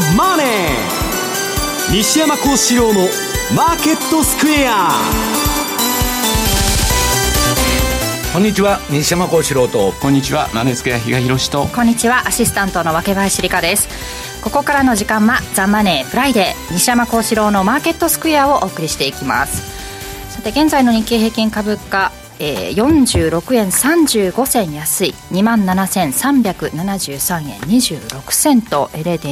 マネー」、西山幸四郎のマーケットスクエア。 こんにちは、西山幸四郎と。 こんにちは、マネースクエア比嘉宏と。 こんにちは、アシスタントの若林理香です。ここからの時間はザ・マネーフライデー、西山幸四郎のマーケットスクエアをお送りしていきます。さて、現在の日経平均株価、46円35銭安い 27,373 円26銭と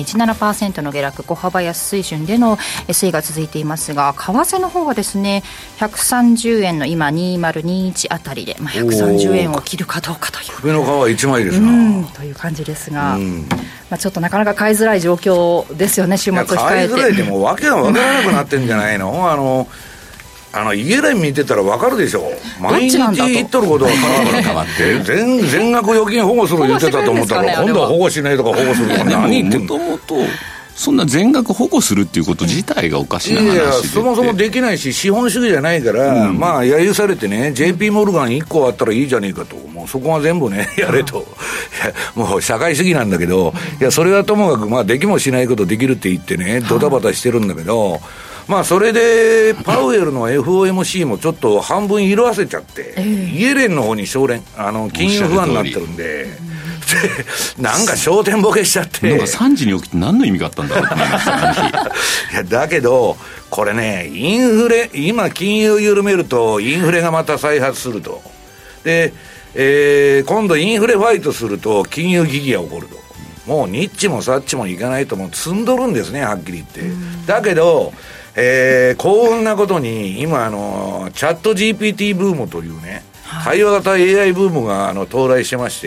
0.17% の下落、小幅安水準での推移が続いていますが、為替の方はですね、130円の今2021あたりで、130円を切るかどうかという、 首の皮1枚ですなという感じですが、ちょっとなかなか買いづらい状況ですよね、週末を控えて。 買いづらいでも訳が分からなくなってんじゃないのイエレン見てたら分かるでしょ。毎日言っとることが変わって全額預金保護する言ってたと思ったら、今度は保護しないとか保護するとか何言ってんの。 もともとそんな全額保護するっていうこと自体がおかしな話で、 いやそもそもできないし、資本主義じゃないから、揶揄されてね、 JP モルガン1個あったらいいじゃねえかと、もうそこは全部ねやれともう社会主義なんだけど、いやそれはともかく、できもしないことできるって言ってね、ドタバタしてるんだけど、それでパウエルの FOMC もちょっと半分色あせちゃって、イエレンの方に金融不安になってるんで、なんか焦点ボケしちゃって、 なんか3時に起きて何の意味があったんだろうと思いましたいやだけどこれね、インフレ、今金融緩めるとインフレがまた再発すると。で、今度インフレファイトすると金融危機が起こると。もうニッチもサッチもいかないと、もう積んどるんですね、はっきり言って。だけど幸運なことに今チャット GPT ブームというね、対話型 AI ブームが到来してまして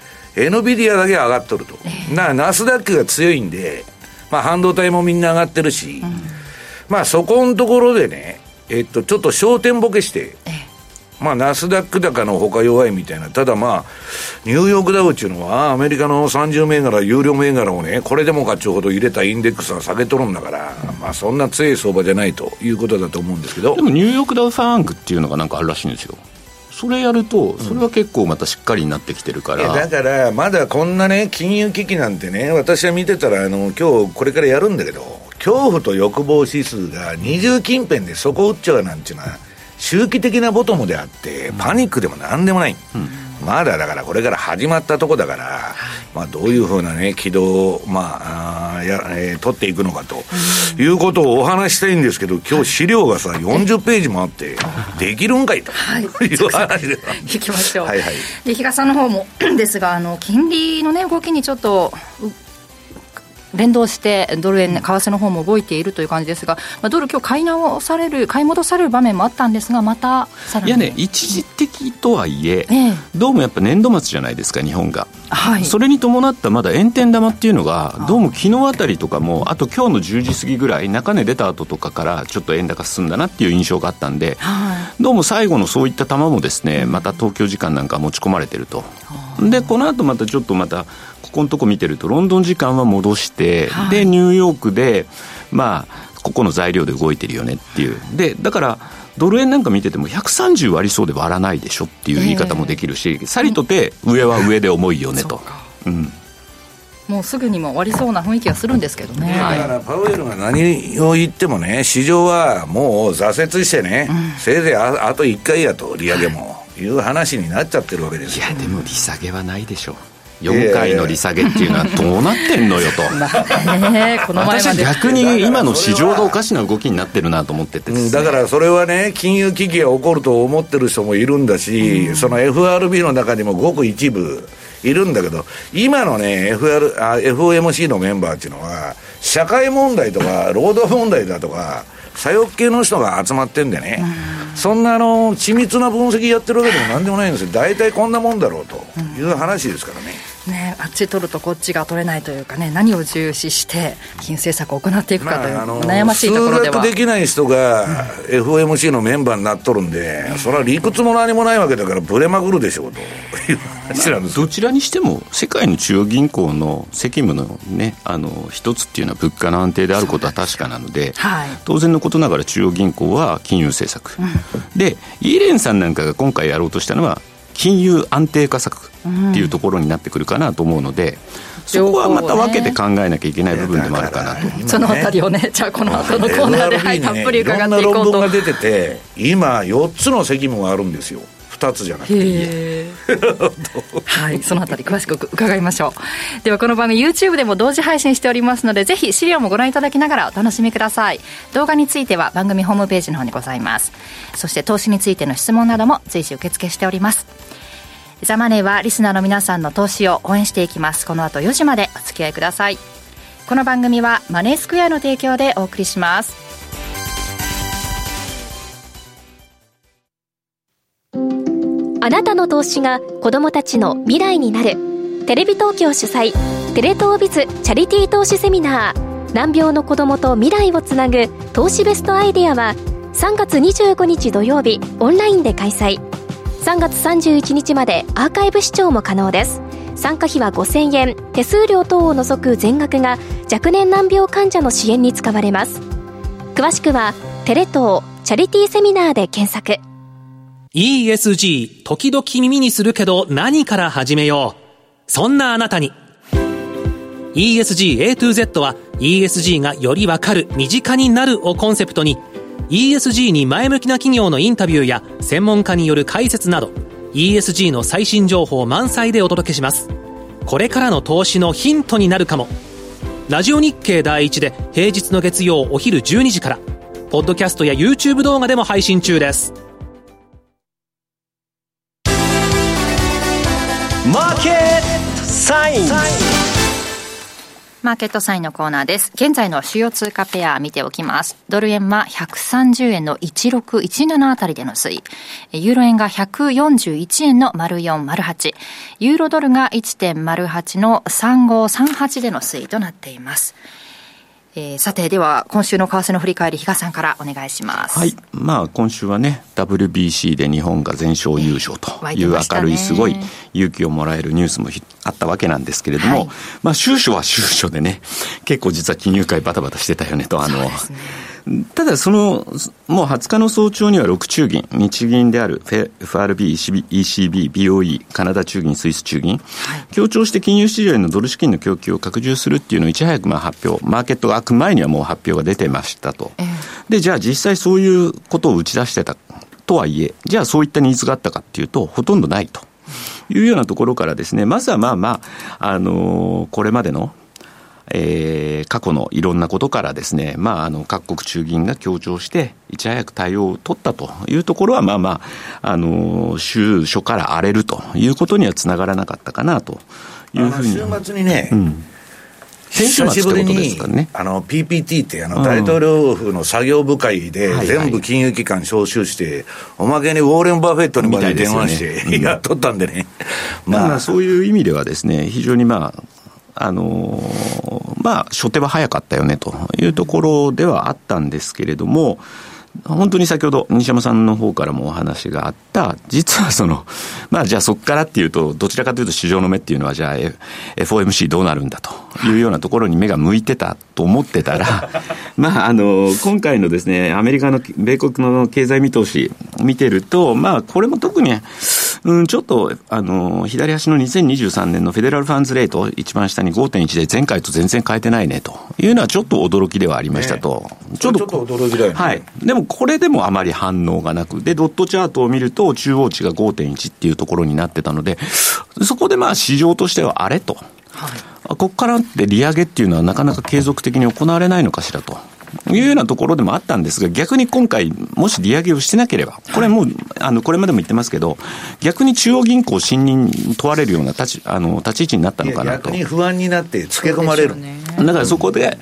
、NVIDIA だけ上がっとると。ナスダックが強いんで、半導体もみんな上がってるし、そこのところでね、ちょっと焦点ボケして、ナスダック高の他弱いみたいな。ただニューヨークダウっていうのはアメリカの30銘柄有料銘柄をね、これでもかっちゅうほど入れたインデックスは下げとるんだから、そんな強い相場じゃないということだと思うんですけど。 でもニューヨークダウファンクっていうのがなんかあるらしいんですよ。それやるとそれは結構またしっかりになってきてるから、 だからまだこんなね金融危機なんてね、私は見てたら今日これからやるんだけど、恐怖と欲望指数が20近辺で底打っちゃうなんていうのは周期的なボトムであって、パニックでもなんでもない、まだだからこれから始まったとこだから、どういうふうなね軌道を取っていくのかということをお話したいんですけど、今日資料がさ40ページもあってできるんかいという話でいきましょう。で、比嘉さんの方もですが、金利のね動きにちょっと連動してドル円為替の方も動いているという感じですが、ドル今日買い戻される場面もあったんですが、またさらに、 いやね、一時的とはいえ、どうもやっぱ年度末じゃないですか日本が、それに伴ったまだ円天玉っていうのがどうも昨日あたりとかも、あと今日の10時過ぎぐらい中値出た後とかからちょっと円高進んだなっていう印象があったんで、どうも最後のそういった玉もですね、また東京時間なんか持ち込まれてると。でこの後またちょっとここのとこ見てるとロンドン時間は戻して、でニューヨークでここの材料で動いてるよねっていう。でだからドル円なんか見てても130割りそうで割らないでしょっていう言い方もできるし、さりとて上は上で重いよねと、 もうすぐにも終わりそうな雰囲気がするんですけどね。 だからパウエルが何を言ってもね、市場はもう挫折してね、せいぜいあと1回やと利上げもいう話になっちゃってるわけですよ。 いやでも利下げはないでしょ。4回の利下げっていうのはどうなってんのよとこの前まで私は逆に今の市場がおかしな動きになってるなと思っててですね、 だからそれはね、金融危機が起こると思ってる人もいるんだし、その FRB の中にもごく一部いるんだけど、今のね FOMC のメンバーっていうのは社会問題とか労働問題だとか左翼系の人が集まってんでね、そんな緻密な分析やってるわけでもなんでもないんですよ。大体こんなもんだろうという話ですからね。 あっち取るとこっちが取れないというかね、何を重視して金融政策を行っていくかという悩ましいところでは、 数学できない人が FOMC のメンバーになっとるんで、それは理屈も何もないわけだからブレまくるでしょうという話なんです。 どちらにしても世界の中央銀行の責務のね、一つっていうのは物価の安定であることは確かなので、当然のことながら中央銀行は金融政策、でイエレンさんなんかが今回やろうとしたのは金融安定化策っていうところになってくるかなと思うので、 そこはまた分けて考えなきゃいけない部分でもあるかなと、 そのあたりをね、じゃあこの後のコーナーで、はい、たっぷり伺っていこうと。いろんな論文が出てて、今4つの責務があるんですよ。2つじゃなくてはい、そのあたり詳しく伺いましょう。ではこの番組 YouTube でも同時配信しておりますので、ぜひ資料もご覧いただきながらお楽しみください。動画については番組ホームページの方にございます。そして投資についての質問なども随時受付しております。ザ・マネーはリスナーの皆さんの投資を応援していきます。この後4時までお付き合いください。この番組はマネースクエアの提供でお送りします。 あなたの投資が子どもたちの未来になる。テレビ東京主催テレ東ビズチャリティー投資セミナー、難病の子どもと未来をつなぐ投資ベストアイデアは3月25日土曜日オンラインで開催。3月31日までアーカイブ視聴も可能です。参加費は5000円、手数料等を除く全額が若年難病患者の支援に使われます。詳しくはテレ東チャリティーセミナーで検索。 ESG 時々耳にするけど何から始めよう、そんなあなたに ESG A to Z は ESG がよりわかる、身近になるをコンセプトに ESG に前向きな企業のインタビューや専門家による解説など ESG の最新情報満載でお届けします。これからの投資のヒントになるかも。ラジオ日経第一で平日の月曜お昼12時から、ポッドキャストや YouTube 動画でも配信中です。 マーケットサイン。 マーケットサインのコーナーです。現在の主要通貨ペア見ておきます。ドル円は130円の1617あたりでの推移、ユーロ円が141円の0408、ユーロドルが 1.08 の3538での推移となっています。さて、では今週の為替の振り返り、比嘉さんからお願いします。 はい、今週はね WBC で日本が全勝優勝という明るいすごい勇気をもらえるニュースもあったわけなんですけれども、はい、収書は収書でね、結構実は金融界バタバタしてたよねと。ただもう20日の早朝には6中銀、日銀である FRB、ECB、BOE、カナダ中銀、スイス中銀、協調して金融市場へのドル資金の供給を拡充するっていうのをいち早く発表、マーケットが開く前にはもう発表が出てましたと。で、じゃあ実際そういうことを打ち出してたとはいえ、じゃあそういったニーズがあったかっていうとほとんどないというようなところからですね、まずはこれまでの過去のいろんなことからですね、各国中銀が協調していち早く対応を取ったというところは週初から荒れるということにはつながらなかったかなというふうに。 週末にね、久しぶりにPPT って大統領府の作業部会で全部金融機関招集して、おまけにウォーレン・バフェットにまで電話してやっとったんでね、 そういう意味ではですね、非常に初手は早かったよねというところではあったんですけれども、本当に先ほど西山さんの方からもお話があった、実はじゃあそこからっていうと、どちらかというと市場の目っていうのは、じゃあ FOMC どうなるんだというようなところに目が向いてたと思ってたら今回のですね、アメリカの米国の経済見通し見てると、これも特にちょっと左端の2023年のフェデラルファンズレート一番下に 5.1 で前回と全然変えてないねというのはちょっと驚きではありましたと、 ちょっと驚きだよね。 はい。でもこれでもあまり反応がなく、でドットチャートを見ると中央値が 5.1 っていうところになってたので、そこで市場としてはあれと、ここからって利上げっていうのはなかなか継続的に行われないのかしらというようなところでもあったんですが、逆に今回もし利上げをしてなければ、これもうこれまでも言ってますけど、逆に中央銀行信任問われるような立ち位置になったのかなと。 逆に不安になってつけ込まれる、 だからそこで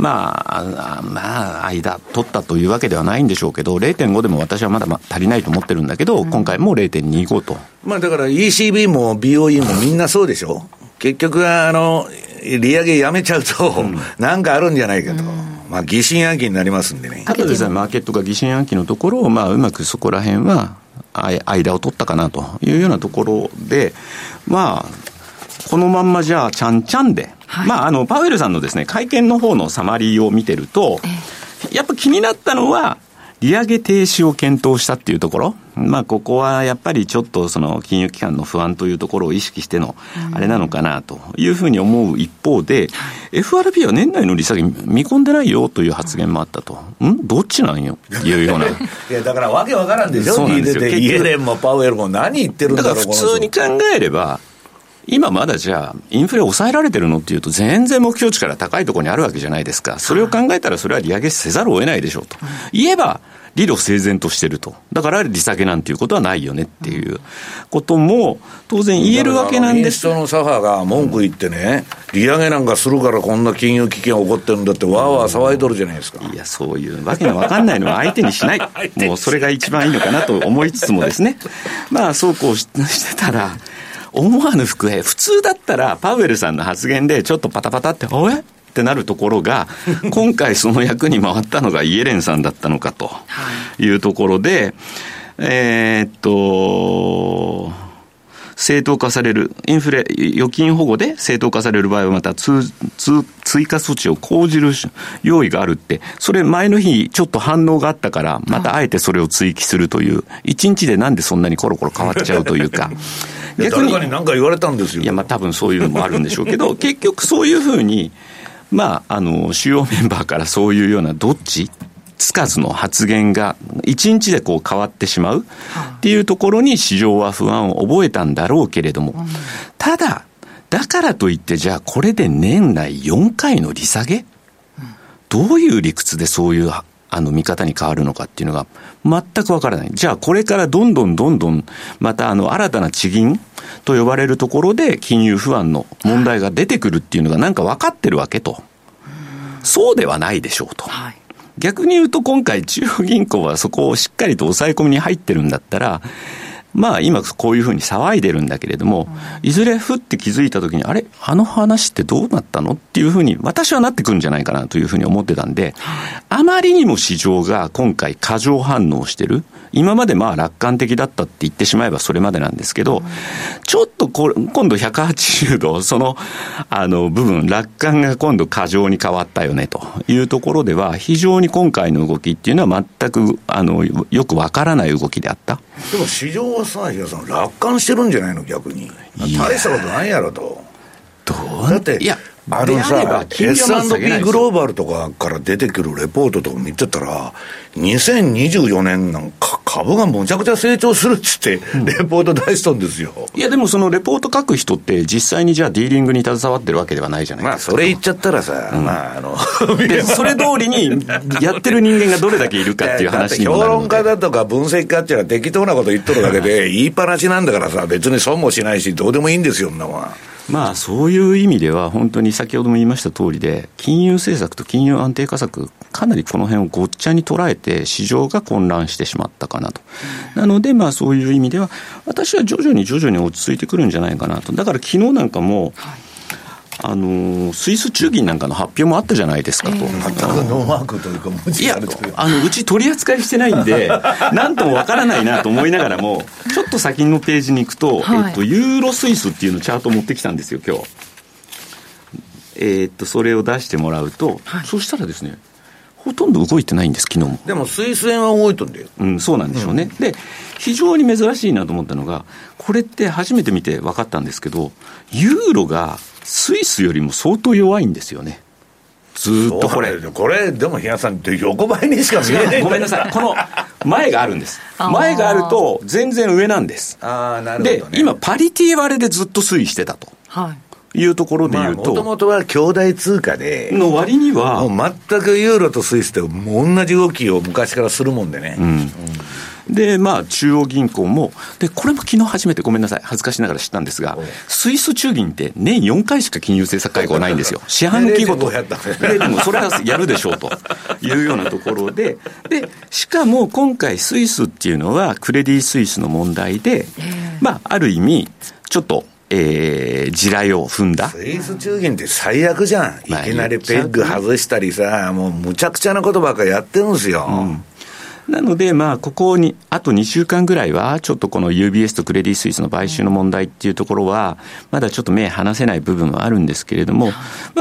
間取ったというわけではないんでしょうけど、 0.5 でも私はまだ足りないと思ってるんだけど、今回も 0.25 と、 だから ECB も BOE もみんなそうでしょ。結局利上げやめちゃうと、なんかあるんじゃないかと、疑心暗鬼になりますんでね。 ただですね、マーケットが疑心暗鬼のところを、うまくそこら辺は間を取ったかなというようなところで、このまんまじゃあちゃんちゃんで、パウエルさんのですね、会見の方のサマリーを見てると、やっぱ気になったのは、利利上げ停止を検討したっていうところ、まあここはやっぱりちょっとその金融機関の不安というところを意識してのあれなのかなというふうに思う一方で、FRB は年内の利下げ見込んでないよという発言もあったと。どっちなんよっていうような。いやだからわけわからんでしょ。 そうなんですよ。 イエレンもパウエルも何言ってるんだろう。 だから普通に考えれば、今まだじゃあインフレ抑えられてるのっていうと全然目標値から高いところにあるわけじゃないですか。それを考えたらそれは利上げせざるを得ないでしょうと言えば理路整然としてると。だから利下げなんていうことはないよねっていうことも当然言えるわけなんです。 民主党の左派が文句言ってね、利上げなんかするからこんな金融危機が起こってるんだってわーわー騒いどるじゃないですか。 いやそういうわけのわかんないのは相手にしないもうそれが一番いいのかなと思いつつもですね、まあそうこうしてたら思わぬ伏兵、普通だったらパウエルさんの発言でちょっとパタパタっておえってなるところが今回その役に回ったのがイエレンさんだったのかというところで、正当化されるインフレ預金保護で正当化される場合はまた追加措置を講じる用意があるって、それ前の日ちょっと反応があったからまたあえてそれを追記するという、一日でなんでそんなにコロコロ変わっちゃうというか逆に誰かに何か言われたんですよ。 いやまあ多分そういうのもあるんでしょうけど結局そういうふうにまあ主要メンバーからそういうようなどっちつかずの発言が一日でこう変わってしまうっていうところに市場は不安を覚えたんだろうけれども、ただだからといってじゃあこれで年内4回の利下げ、どういう理屈でそういう見方に変わるのかっていうのが全くわからない。じゃあこれからどんどんまた新たな地銀と呼ばれるところで金融不安の問題が出てくるっていうのがなんか分かってるわけと、そうではないでしょうと。逆に言うと今回中央銀行はそこをしっかりと抑え込みに入ってるんだったら、まあ今こういうふうに騒いでるんだけれども、いずれふって気づいたときにあれ話ってどうなったのっていうふうに私はなってくるんじゃないかなというふうに思ってたんで、あまりにも市場が今回過剰反応してる。今までまあ楽観的だったって言ってしまえばそれまでなんですけど、ちょっと今度180度その部分楽観が今度過剰に変わったよねというところでは、非常に今回の動きっていうのは全くよくわからない動きであった。 でも市場はさ、比嘉さん楽観してるんじゃないの逆に。大したことないやろと。だっていやさ、S&P グローバルとかから出てくるレポートとか見てたら、2024年なんか株がむちゃくちゃ成長するっつってレポート出しとんですよ。 いやでもそのレポート書く人って実際にじゃあディーリングに携わってるわけではないじゃないですか。 まあそれ言っちゃったらさ、 でそれ通りにやってる人間がどれだけいるかっていう話にもなるので。 評論家だとか分析家っていうのは適当なこと言っとるだけで言いっぱなしなんだからさ、別に損もしないしどうでもいいんですよ、そんなもんは。 まあそういう意味では本当に先ほども言いました通りで、金融政策と金融安定化策かなりこの辺をごっちゃに捉えて市場が混乱してしまったかなと。なのでまあそういう意味では私は徐々に落ち着いてくるんじゃないかなと。だから昨日なんかも、スイス中銀なんかの発表もあったじゃないですかと。 全くノーマークというか文字があるという。 いやうち取り扱いしてないんでなんともわからないなと思いながらも、ちょっと先のページに行くと、ユーロスイスっていうのチャートを持ってきたんですよ今日。それを出してもらうと、そしたらですね、ほとんど動いてないんです昨日も。 でもスイス円は動いとんだよ。 そうなんでしょうね。で非常に珍しいなと思ったのが、これって初めて見て分かったんですけど、ユーロがスイスよりも相当弱いんですよね。ずっとこれでも比嘉さん横ばいにしか見えない。 ごめんなさい、この前があるんです前があると全然上なんです。 なるほどね。 で今パリティ割れでずっと推移してたと、いうところでいうと、 もともとは兄弟通貨での割にはもう全くユーロとスイスって同じ動きを昔からするもんでね。 でまあ中央銀行もで、これも昨日初めてごめんなさい恥ずかしながら知ったんですが、スイス中銀って年4回しか金融政策会合ないんですよ。四半期ごとでもそれはやるでしょうというようなところで、しかも今回スイスっていうのはクレディ・スイスの問題で、まあある意味ちょっと地雷を踏んだ。 スイス中銀って最悪じゃん。いきなりペッグ外したりさ、もうむちゃくちゃなことばっかりやってるんですよ。 なのでまあここにあと2週間ぐらいはちょっとこの UBS とクレディ・スイスの買収の問題っていうところはまだちょっと目離せない部分はあるんですけれども、まあ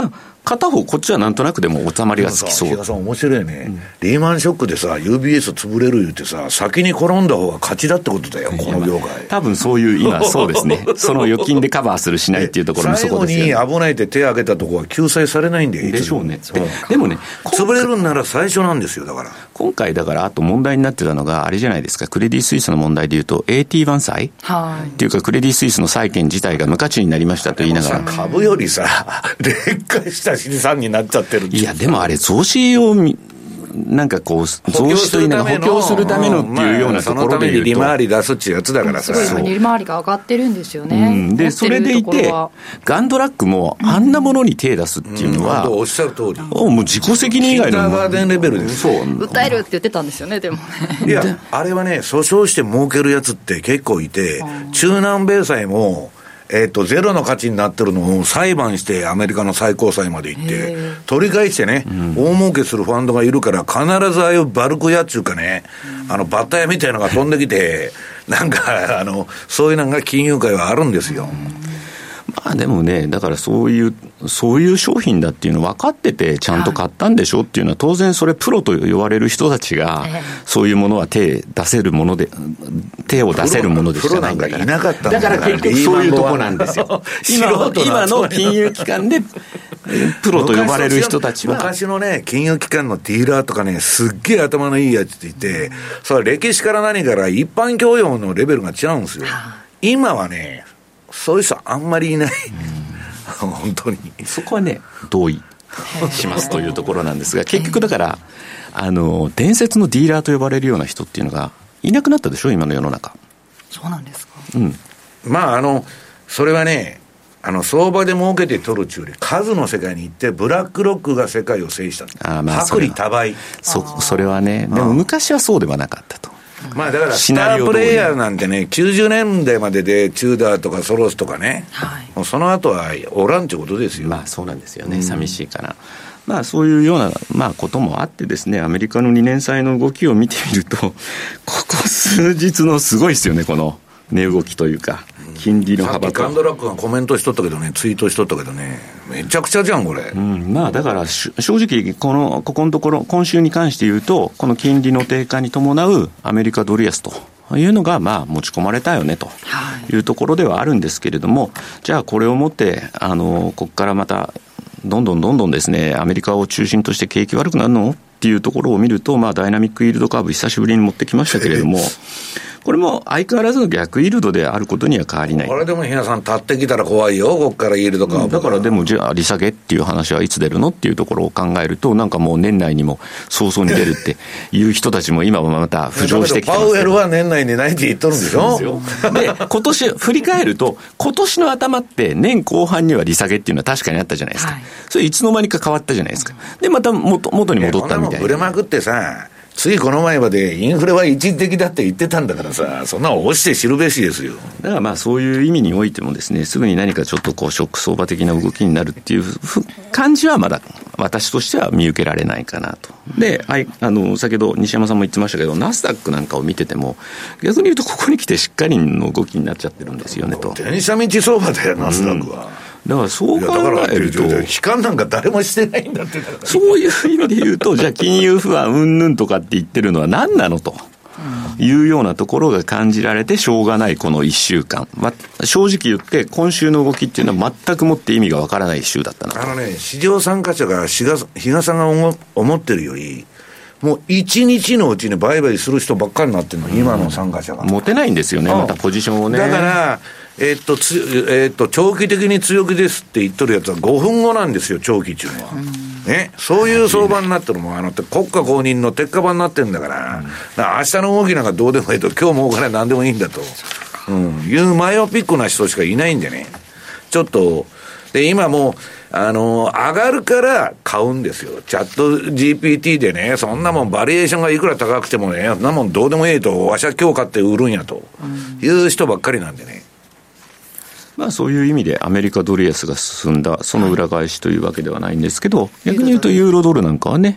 片方こっちはなんとなくでも収まりがつきそう。 比嘉さん面白いね、リーマンショックでさ UBS 潰れる言ってさ、先に転んだ方が勝ちだってことだよ、この業界。 多分そういう今そうですねその預金でカバーするしないっていうところもそこですよね。 最後に危ないって手を挙げたところは救済されないんででしょうね。でもね、 潰れるんなら最初なんですよ。だから今回だからあと問題になってたのがあれじゃないですか、クレディ・スイスの問題でいうと AT1 債っていうか、クレディ・スイスの債券自体が無価値になりましたと言いながら、 株よりさ劣化した資産になっちゃってる。 いやでもあれ増資をなんかこう増資というのが補強するためのっていうようなところでいうと、そのために利回り出すっていうやつだからさ、 すごい今利回りが上がってるんですよね、 でそれでいてガンドラックもあんなものに手出すっていうのは、 おっしゃる通り、 もう自己責任以外のキンダーガーデンレベルです。 そう訴えるって言ってたんですよね。でもね、 いやあれはね、訴訟して儲けるやつって結構いて、中南米債もゼロの価値になってるのを裁判してアメリカの最高裁まで行って取り返してね、大儲けするファンドがいるから、必ずああいうバルク屋っていうかね、バッタ屋みたいなのが飛んできてなんかそういうのが金融界はあるんですよ。 まあでもね、だからそういう商品だっていうの分かっててちゃんと買ったんでしょっていうのは、当然それプロと言われる人たちがそういうものは手を出せるものでしかないんだから、だから結局そういうとこなんですよ今の金融機関でプロと呼ばれる人たちは、 昔のね金融機関のディーラーとかね、すっげえ頭のいいやつっていて、それ歴史から何から一般教養のレベルが違うんですよ。今はねそういう人あんまりいない本当にそこはね同意しますというところなんですが、結局だから伝説のディーラーと呼ばれるような人っていうのがいなくなったでしょ今の世の中。 そうなんですか。 まあそれはね相場で儲けて取る中で数の世界に行って、ブラックロックが世界を制した。薄利多売。 それはね、でも昔はそうではなかったと。 まあだからスタープレイヤーなんてね、90年代まででチューダーとかソロスとかね、もうその後はおらんってことですよ。 まあそうなんですよね、寂しいかな。まあそういうような、まあ、こともあってですね、アメリカの2年債の動きを見てみると、ここ数日のすごいですよね、この値動きというか、金利の幅と。 ガンドラックがコメントしとったけどね、ツイートしとったけどね、めちゃくちゃじゃんこれ。 まあだから正直ここのところ今週に関して言うと、この金利の低下に伴うアメリカドル安というのがまあ持ち込まれたよねというところではあるんですけれども、じゃあこれをもってここからまたどんどんですね、アメリカを中心として景気悪くなるのっていうところを見ると、まあダイナミックイールドカーブ久しぶりに持ってきましたけれどもこれも相変わらずの逆イールドであることには変わりない。 これでも皆さん立ってきたら怖いよ、ここからイールドカーブ。 だからでもじゃあ利下げっていう話はいつ出るのっていうところを考えると、なんかもう年内にも早々に出るっていう人たちも今はまた浮上してきてますけど、 パウエルは年内にないって言っとるんでしょ。 で今年振り返ると、今年の頭って年後半には利下げっていうのは確かにあったじゃないですか、それいつの間にか変わったじゃないですか。でまた元に戻ったみたいな。 ブレまくってさ、ついこの前までインフレは一時的だって言ってたんだからさ、そんなの落ちて知るべしですよ。 だからまあそういう意味においてもですね、すぐに何かちょっとこうショック相場的な動きになるっていう感じはまだ私としては見受けられないかなと。で、先ほど西山さんも言ってましたけど、ナスダックなんかを見てても逆に言うとここに来てしっかりの動きになっちゃってるんですよねと。 電車道相場だよナスダックは。 だからそう考えると、 悲観なんか誰もしてないんだって。 そういう意味で言うと、じゃあ金融不安うんぬんとかって言ってるのは何なのというようなところが感じられてしょうがないこの1週間、正直言って今週の動きっていうのは全くもって意味がわからない週だったなと。 市場参加者が比嘉さんが思ってるよりもう一日のうちに売買する人ばっかりになってるの、今の参加者が。 持てないんですよね、またポジションをね。 だから、長期的に強気ですって言っとるやつは5分後なんですよ、長期っていうのは。ね、そういう相場になってるもん、国家公認の鉄火場になってるんだから、明日の動きなんかどうでもいいと、今日もお金何でもいいんだと、いうマイオピックな人しかいないんでね、ちょっと、で、今もう、上がるから買うんですよ。チャット GPT でね、そんなもんバリエーションがいくら高くてもね、そんなもんどうでもいいと、わしは今日買って売るんやと、いう人ばっかりなんでね。 まあそういう意味でアメリカドル安が進んだその裏返しというわけではないんですけど、逆に言うとユーロドルなんかはね、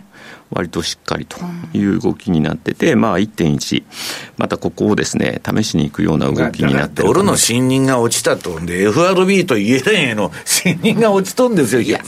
割としっかりという動きになってて、まあ 1.1 またここをですね試しに行くような動きになってる。 ドルの信任が落ちたとで FRB とイエレンへの信任が落ちとんですよ。 いや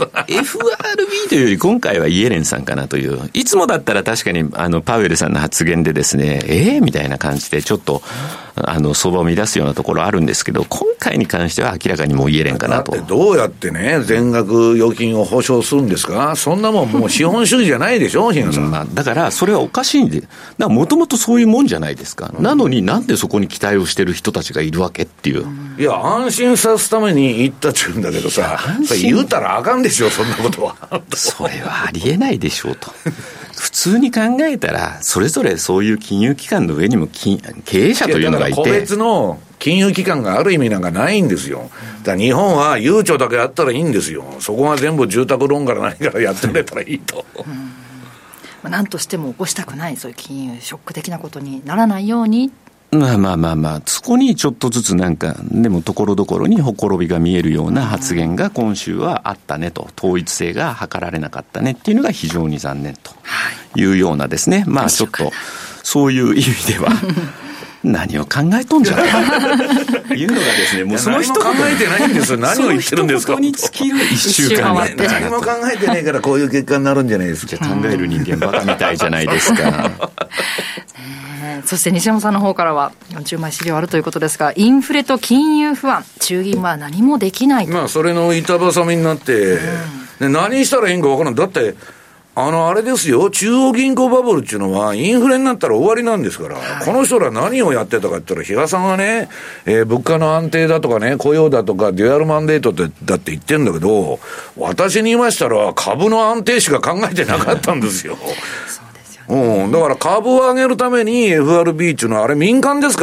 FRB というより今回はイエレンさんかなという。いつもだったら確かにパウエルさんの発言でですねみたいな感じでちょっと相場を乱すようなところあるんですけど、今回に関しては明らかにもうイエレンかなと。 だってどうやってね全額預金を保証するんですか。そんなもんもう資本主義じゃないでしょ日野さん、 まあ、だからそれはおかしいんで、もともとそういうもんじゃないですか、なのになんでそこに期待をしてる人たちがいるわけっていう。 いや安心させるために言ったって言うんだけどさ、言うたらあかんでしょそんなことは。 それはありえないでしょうと普通に考えたらそれぞれそういう金融機関の上にも経営者というのがいて、 個別の金融機関がある意味なんかないんですよ。だから日本はゆうちょだけあったらいいんですよ。そこが全部住宅ローンから何からやってくれたらいいと、 何としても起こしたくないそういう金融ショック的なことにならないように、 まあそこにちょっとずつなんかでもところどころにほころびが見えるような発言が今週はあったねと、統一性が図られなかったねっていうのが非常に残念というようなですね、まあちょっとそういう意味では何を考えとんじゃないいうのがですね、もうその人何も考えてないんですよ。何を言ってるんですか。 その一言に尽きる1週間だった何も考えてないからこういう結果になるんじゃないですか。 じゃあ考える人間バカみたいじゃないですかそして西山さんの方からは40枚資料あるということですが、インフレと金融不安、中銀は何もできないと。 まあそれの板挟みになって、で何したらいいんか分からん。だってあれですよ、中央銀行バブルっていうのはインフレになったら終わりなんですから、この人ら何をやってたかって言ったら、比嘉さんはね、物価の安定だとかね、雇用だとかデュアルマンデートってだって言ってるんだけど、私に言いましたら株の安定しか考えてなかったんですよそうですよね、 だから株を上げるために FRB っていうのはあれ民間ですから、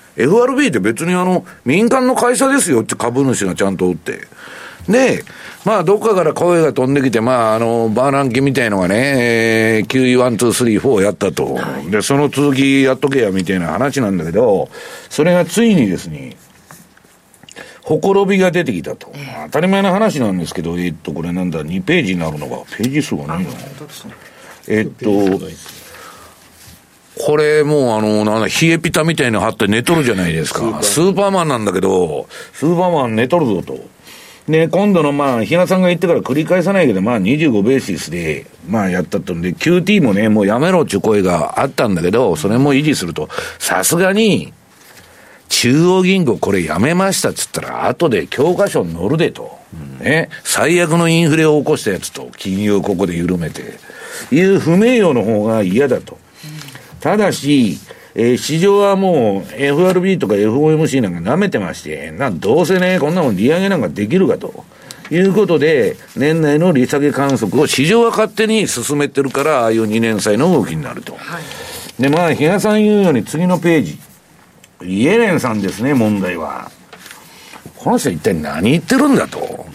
FRB って別に民間の会社ですよって株主がちゃんと売って、でまあどっかから声が飛んできて、まあバーナンキみたいのがね、QE1,2,3,4 やったと、でその続きやっとけやみたいな話なんだけど、それがついにですねほころびが出てきたと、当たり前の話なんですけど、これなんだ2ページになるのがページ数がないの、これもう冷えピタみたいなの貼って寝とるじゃないですか。スーパーマンなんだけど、スーパーマン寝とるぞと。で、今度の比嘉さんが言ってから繰り返さないけど、25ベーシスで、やったとんで、QT もね、もうやめろっていう声があったんだけど、それも維持すると、さすがに、中央銀行これやめましたっつったら、後で教科書に載るでと。ね。最悪のインフレを起こしたやつと、金融をここで緩めて、いう不名誉の方が嫌だと。ただし、市場はもう FRB とか FOMC なんか舐めてまして、どうせね、こんなもん利上げなんかできるかということで、年内の利下げ観測を市場は勝手に進めてるから、ああいう2年債の動きになると。で、比嘉さん言うように次のページ。イエレンさんですね、問題は。この人一体何言ってるんだと。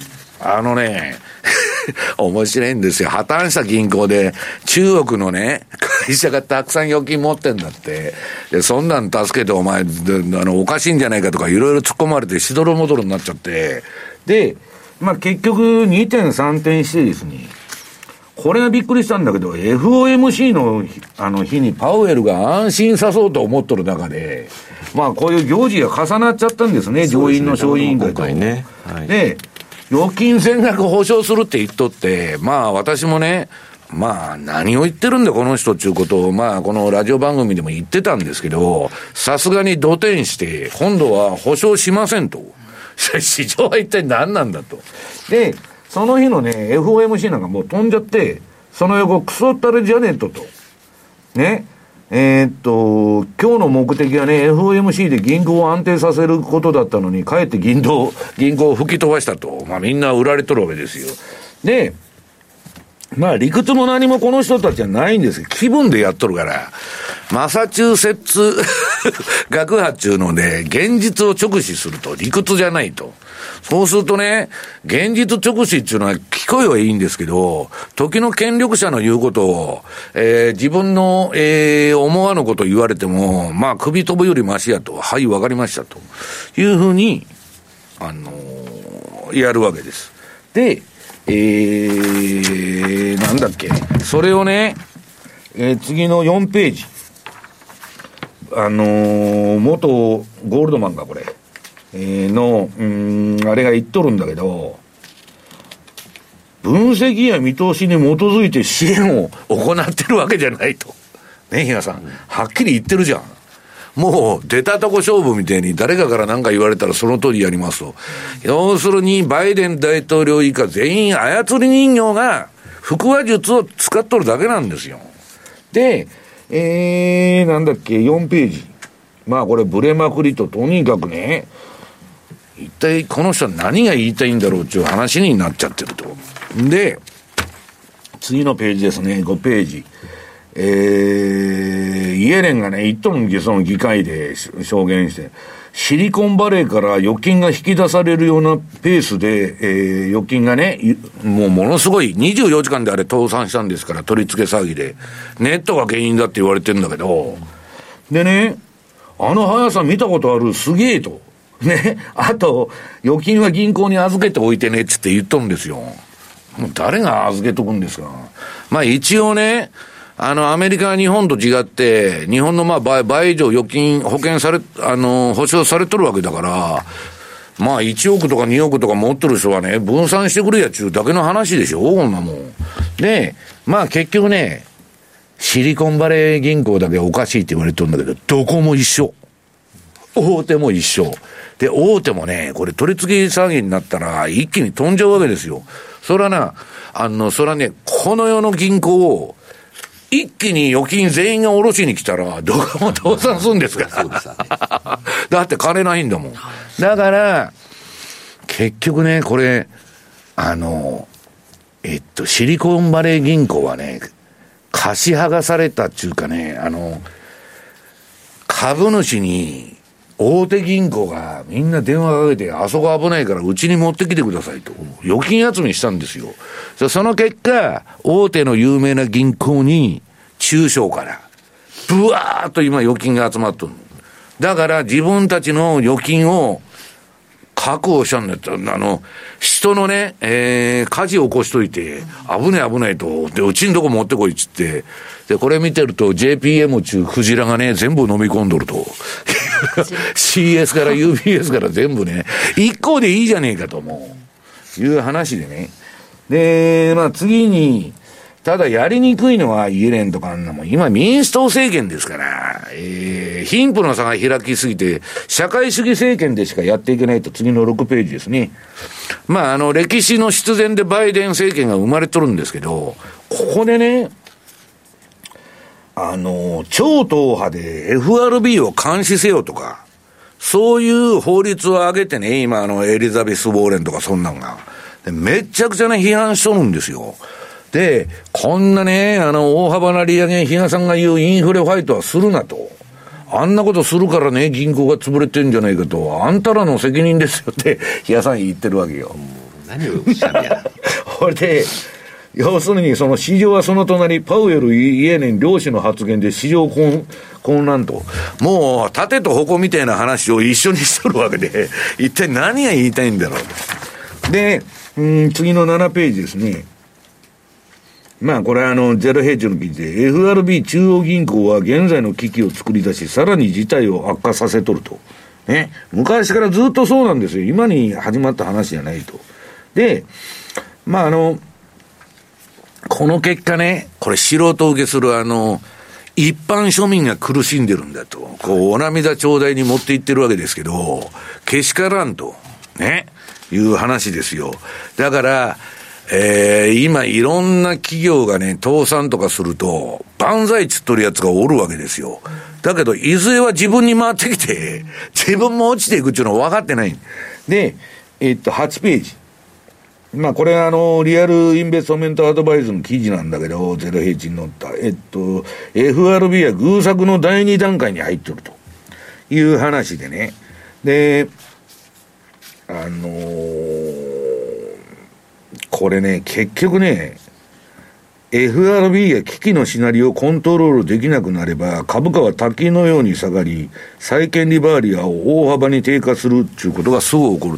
面白いんですよ。破綻した銀行で中国のね、会社がたくさん預金持ってんだって。で、そんなん助けてお前、おかしいんじゃないかとかいろいろ突っ込まれてしどろもどろになっちゃって。で、結局2点3点してですね、これがびっくりしたんだけど、FOMC の日にパウエルが安心さそうと思っとる中で、こういう行事が重なっちゃったんですね、上院の小委員会と。 ね。 で、預金全額保証するって言っとって、私もね、何を言ってるんだこの人っていうことを、このラジオ番組でも言ってたんですけど、さすがに土転して、今度は保証しませんと。市場は一体何なんだと。で、その日のね、FOMC なんかもう飛んじゃって、その横クソったれじゃねえと。ね。今日の目的はね、FOMC で銀行を安定させることだったのに、かえって銀行を吹き飛ばしたと。みんな売られとるわけですよ。で、理屈も何もこの人たちはないんですよ。気分でやっとるから。マサチューセッツ学派っていうので、現実を直視すると、理屈じゃないと。そうするとね、現実直視っていうのは聞こえはいいんですけど、時の権力者の言うことを、自分の、思わぬことを言われても、首飛ぶよりマシやと、はい、わかりましたというふうに、やるわけです。で、 なんだっけ、それをね、次の4ページ。元ゴールドマンがこれ、あれが言っとるんだけど、分析や見通しに基づいて支援を行ってるわけじゃないと。ね、比嘉さん。はっきり言ってるじゃん。もう出たとこ勝負みたいに誰かから何か言われたらその通りやりますと。要するにバイデン大統領以下全員操り人形が腹話術を使っとるだけなんですよ。で、なんだっけ、4ページ。まあこれブレまくりととにかくね、一体この人は何が言いたいんだろうっていう話になっちゃってると。で、次のページですね、5ページ。イエレンがね、言っとるんですよ、その議会で証言して。シリコンバレーから預金が引き出されるようなペースで、預金がね、もうものすごい、24時間であれ倒産したんですから、取り付け騒ぎで。ネットが原因だって言われてるんだけど。でね、あの速さ見たことある、すげえと。ね、あと、預金は銀行に預けておいてね、つって言っとるんですよ。もう誰が預けとくんですか。まあ一応ね、アメリカは日本と違って、日本のまあ倍以上預金保証されとるわけだから、まあ1億とか2億とか持ってる人はね、分散してくれやっちゅうだけの話でしょ、こんなもん。で、まあ結局ね、シリコンバレー銀行だけおかしいって言われてるんだけど、どこも一緒。大手も一緒。で、大手もね、これ取り付け騒ぎになったら一気に飛んじゃうわけですよ。それはね、この世の銀行を、一気に預金全員が下ろしに来たら、どこも倒産するんですから。そうですよね。だって金ないんだもん。だから、結局ね、これ、シリコンバレー銀行はね、貸し剥がされたっていうかね、株主に、大手銀行がみんな電話かけて、あそこ危ないからうちに持ってきてくださいと。預金集めしたんですよ。その結果、大手の有名な銀行に、中小から、ブワーっと今預金が集まっとる。だから自分たちの預金を確保したんだったら、人のね、火事を起こしといて、危ないと。で、うちんとこ持ってこいっつって、で、これ見てると JPM 中クジラがね、全部飲み込んどると。CS から UBS から全部ね、一個でいいじゃねえかと思う。いう話でね。で、まあ次に、ただやりにくいのはイエレンとかあんなもん。今民主党政権ですから、貧富の差が開きすぎて、社会主義政権でしかやっていけないと次の6ページですね。まあ歴史の必然でバイデン政権が生まれとるんですけど、ここでね、超党派で FRB を監視せよとか、そういう法律を上げてね、今エリザベス・ウォーレンとかそんなんが。でめちゃくちゃな批判しとるんですよ。で、こんなね、大幅な利上げ、比嘉さんが言うインフレファイトはするなと。あんなことするからね、銀行が潰れてんじゃないかと。あんたらの責任ですよって、比嘉さん言ってるわけよ。 何をおっしゃるや。 これで、要するにその市場はその隣、パウエル、イエレン両氏の発言で市場混乱と。もう、盾と矛みたいな話を一緒にしとるわけで、一体何が言いたいんだろうと。で、次の7ページですね。まあこれゼロヘッジの記事で FRB 中央銀行は現在の危機を作り出しさらに事態を悪化させとると。ね。昔からずっとそうなんですよ。今に始まった話じゃないと。で、まあこの結果ね、これ素人受けする一般庶民が苦しんでるんだと。こうお涙頂戴に持っていってるわけですけど、けしからんと。ね。いう話ですよ。だから、今いろんな企業がね、倒産とかすると、万歳つっとるやつがおるわけですよ。だけど、いずれは自分に回ってきて、自分も落ちていくっていうのは分かってない。で、8ページ。まあ、これリアルインベストメントアドバイズの記事なんだけど、ゼロヘッジに載った。FRB は偶作の第2段階に入ってるという話でね。で、これね、結局ね、FRB が危機のシナリオをコントロールできなくなれば、株価は滝のように下がり、債券利回りを大幅に低下するっていうことがすぐ起こると。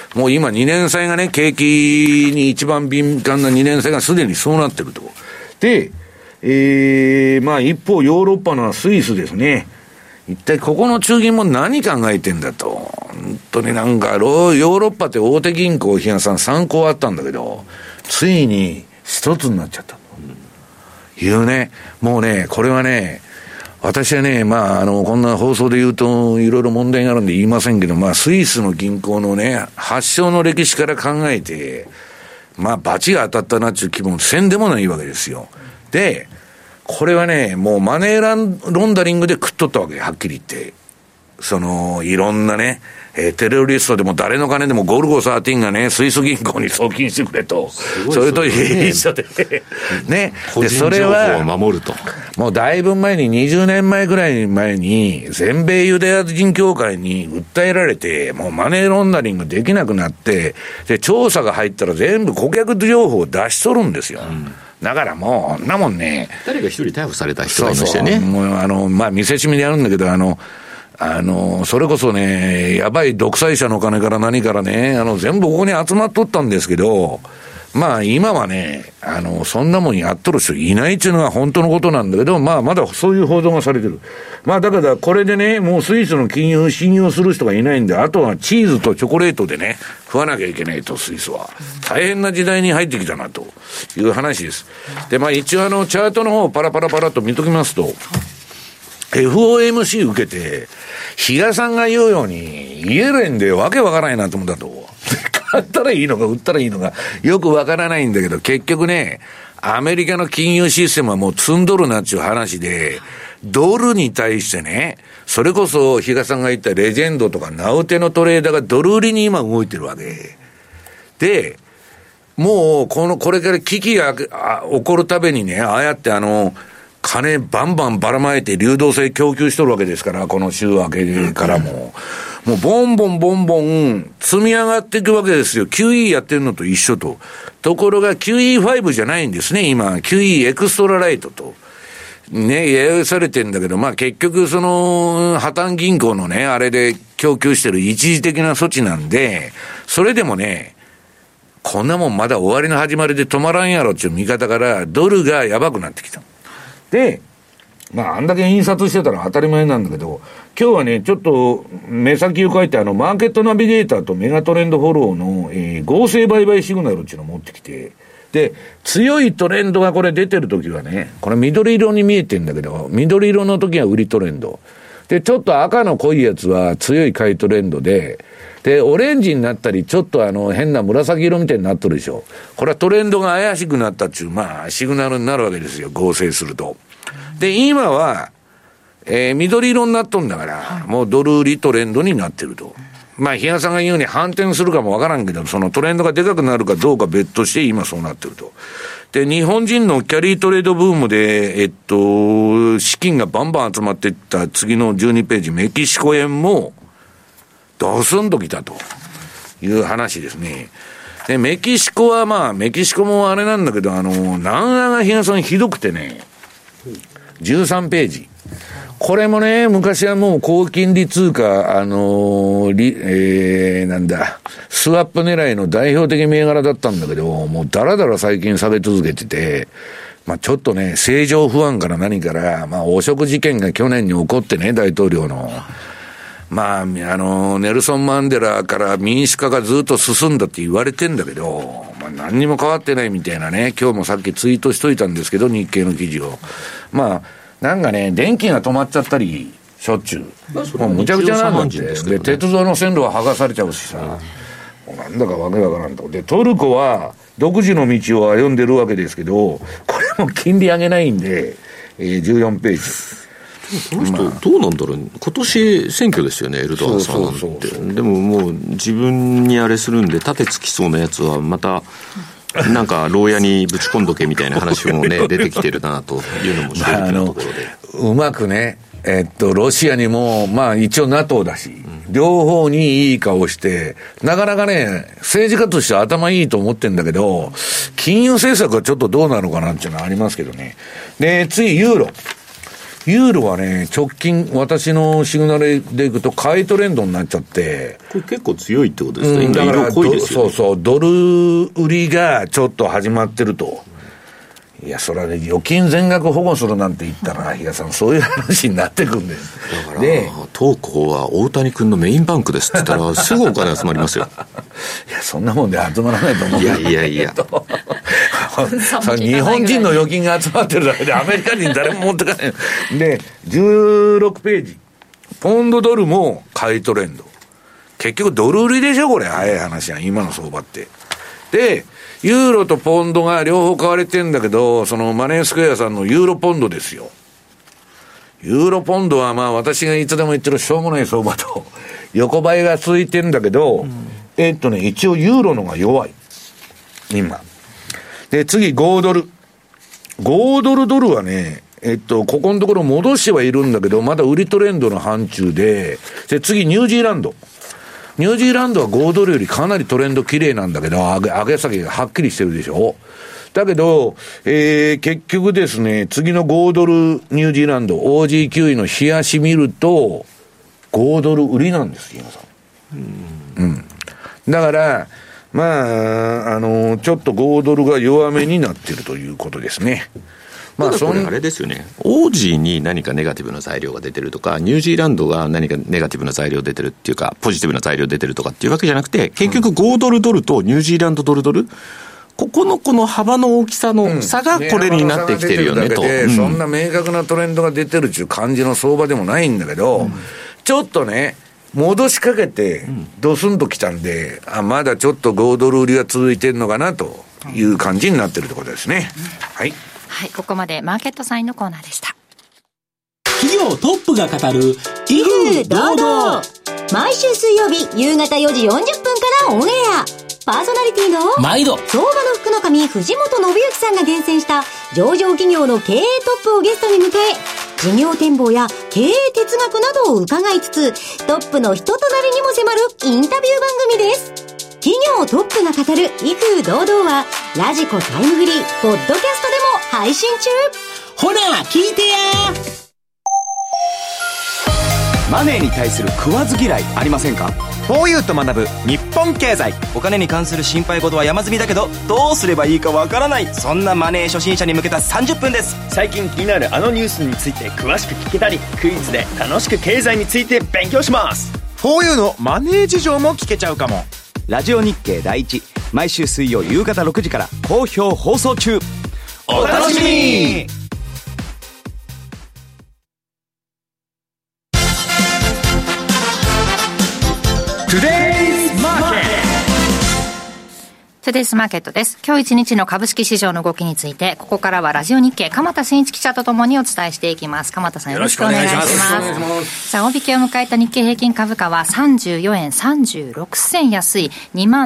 もう今2年債がね、景気に一番敏感な2年債がすでにそうなってると。で、まあ一方ヨーロッパのスイスですね。一体ここの中銀も何考えてんだと。本当になんかヨーロッパって大手銀行、比嘉さん3行あったんだけど、ついに一つになっちゃったというね。もうね、これはね、私はね、まあこんな放送で言うといろいろ問題があるんで言いませんけど、まあスイスの銀行のね、発祥の歴史から考えて、まあバチが当たったなっていう気もせんでもないわけですよ。で、これはね、もうマネーロンダリングで食っとったわけ、はっきり言って。いろんなね、テロリストでも誰の金でもゴルゴ13がね、スイス銀行に送金してくれと。それと一緒でね。 個人情報を守ると。 もうだいぶ前に、20年前ぐらい前に、全米ユダヤ人協会に訴えられて、もうマネーロンダリングできなくなって、で、調査が入ったら全部顧客情報を出しとるんですよ。だからもう、なもんね。 誰が一人逮捕された人がいましたよね。 もうまあ見せしみでやるんだけど、それこそね、やばい独裁者の金から何からね、全部ここに集まっとったんですけど、まあ今はね、そんなもんやっとる人いないっていうのが本当のことなんだけど、まあまだそういう報道がされてる。まあだからこれでね、もうスイスの金融信用する人がいないんで、あとはチーズとチョコレートでね、食わなきゃいけないと、スイスは。大変な時代に入ってきたなという話です。で、まあ一応チャートの方をパラパラパラと見ときますと、FOMC 受けて、比嘉さんが言うように、イエレンでわけわからないなと思ったと。買ったらいいのか売ったらいいのか、よくわからないんだけど、結局ね、アメリカの金融システムはもう積んどるなっていう話で、ドルに対してね、それこそ比嘉さんが言ったレジェンドとかナウテのトレーダーがドル売りに今動いてるわけ。で、もうこれから危機が起こるたびにね、ああやって金バンバンばらまいて流動性供給しとるわけですから、この週明けからも。もうボンボンボンボン積み上がっていくわけですよ。QE やってるのと一緒と。ところが QE5 じゃないんですね、今。QE エクストラライトと。ね、揶揄されてんだけど、まあ結局破綻銀行のね、あれで供給してる一時的な措置なんで、それでもね、こんなもんまだ終わりの始まりで止まらんやろっていう見方からドルがやばくなってきた。で、まああんだけ印刷してたら当たり前なんだけど、今日はね、ちょっと目先を書いてマーケットナビゲーターとメガトレンドフォローの、合成売買シグナルっていうのを持ってきて、で、強いトレンドがこれ出てるときはね、これ緑色に見えてんだけど、緑色の時は売りトレンド。で、ちょっと赤の濃いやつは強い買いトレンドで、で、オレンジになったり、ちょっと変な紫色みたいになっとるでしょ。これはトレンドが怪しくなったっていう、まあ、シグナルになるわけですよ、合成すると。で、今は、緑色になっとんだから、もうドル売りトレンドになってると。まあ、比嘉さんが言うように反転するかもわからんけど、そのトレンドがでかくなるかどうか別として今そうなってると。で、日本人のキャリートレードブームで、資金がバンバン集まっていった次の12ページ、メキシコ円も、ドスンときたという話ですね。で、メキシコはまあ、メキシコもあれなんだけど、南アが比嘉さんひどくてね、13ページ。これもね、昔はもう高金利通貨、なんだ、スワップ狙いの代表的銘柄だったんだけど、もうだらだら最近下げ続けてて、まあちょっとね、政情不安から何から、まあ汚職事件が去年に起こってね、大統領の。まあ、ネルソン・マンデラから民主化がずっと進んだって言われてんだけど、まあ何にも変わってないみたいなね、今日もさっきツイートしといたんですけど、日経の記事を。まあ、なんかね、電気が止まっちゃったり、しょっちゅう。もうむちゃくちゃなんだって。で、鉄道の線路は剥がされちゃうしさ。なんだかわけわからんと。で、トルコは独自の道を歩んでるわけですけど、これも金利上げないんで、14ページ。 この人どうなんだろう、今年選挙ですよね、エルドアンさんなんて。でももう自分にあれするんで盾つきそうなやつはまたなんか牢屋にぶち込んどけみたいな話もね出てきてるなというのも正直なところで、 うまくね、ロシアにもまあ一応 NATO だし、両方にいい顔して、なかなかね、政治家としては頭いいと思ってんだけど、金融政策はちょっとどうなのかなっていうのはありますけどね。で、次ユーロ。 ユーロはね、直近、私のシグナルでいくと、買いトレンドになっちゃって。 これ結構強いってことですか、今、色濃いですよね。 そうそう、ドル売りがちょっと始まってると。いや、それはね、預金全額保護するなんて言ったら、比嘉さん、そういう話になってくるんです。 だから、当行は大谷君のメインバンクですって言ったら、すぐお金集まりますよ。 いや、そんなもんで集まらないと思う。 いやいやいや。 日本人の預金が集まってるだけで、アメリカ人誰も持ってかない。で、16ページ。ポンドドルも買いトレンド。結局ドル売りでしょ、これ。早い話やん、今の相場って。で、ユーロとポンドが両方買われてんだけど、そのマネースクエアさんのユーロポンドですよ。ユーロポンドはまあ私がいつでも言ってるしょうもない相場と横ばいが続いてんだけど、一応ユーロのが弱い。今。で、次5ドル。5ドルドルはね、ここのところ戻してはいるんだけど、まだ売りトレンドの範疇で、で、次ニュージーランド。ニュージーランドは5ドルよりかなりトレンド綺麗なんだけど、上げ下げがはっきりしてるでしょ。だけど、結局ですね、次の5ドルニュージーランド、OG9 位の冷やし見ると、5ドル売りなんです、皆さん。だから、まあ、ちょっと5ドルが弱めになっているということですね。 まあ、これあれですよね、オージーに何かネガティブな材料が出てるとか、ニュージーランドが何かネガティブな材料出てるっていうか、ポジティブな材料出てるとかっていうわけじゃなくて、結局5ドルドルとニュージーランドドルドル、この幅の大きさの差がこれになってきてるよねと。 そんな明確なトレンドが出てるっていう感じの相場でもないんだけど、ちょっとね、戻しかけてドスンときたんで、まだちょっと5ドル売りが続いてるのかなという感じになってるってことですね。はい。 はい、ここまでマーケットサインのコーナーでした。 企業トップが語る威風堂々、 毎週水曜日夕方4時40分からオンエア。パーソナリティの毎度相場の福の神藤本信之さんが厳選した上場企業の経営トップをゲストに迎え、事業展望や経営哲学などを伺いつつ、トップの人となりにも迫るインタビュー番組です。企業トップが語る威風堂々はラジコタイムフリーポッドキャストでも配信中。 ほら聞いてや。 マネーに対する食わず嫌いありませんか。フォーユーと学ぶ日本経済。 お金に関する心配事は山積みだけど、どうすればいいかわからない、そんなマネー初心者に向けた30分です。 最近気になるあのニュースについて詳しく聞けたり、クイズで楽しく経済について勉強します。 フォーユーのマネー事情も聞けちゃうかも。 ラジオ日経第一、毎週水曜夕方6時から好評放送中。 お楽しみに。 トゥデイズマーケットです。今日一日の株式市場の動きについて、ここからはラジオ日経鎌田新一記者とともにお伝えしていきます。鎌田さん、よろしくお願いします。さあ、大引けを迎えた日経平均株価は34円36銭安い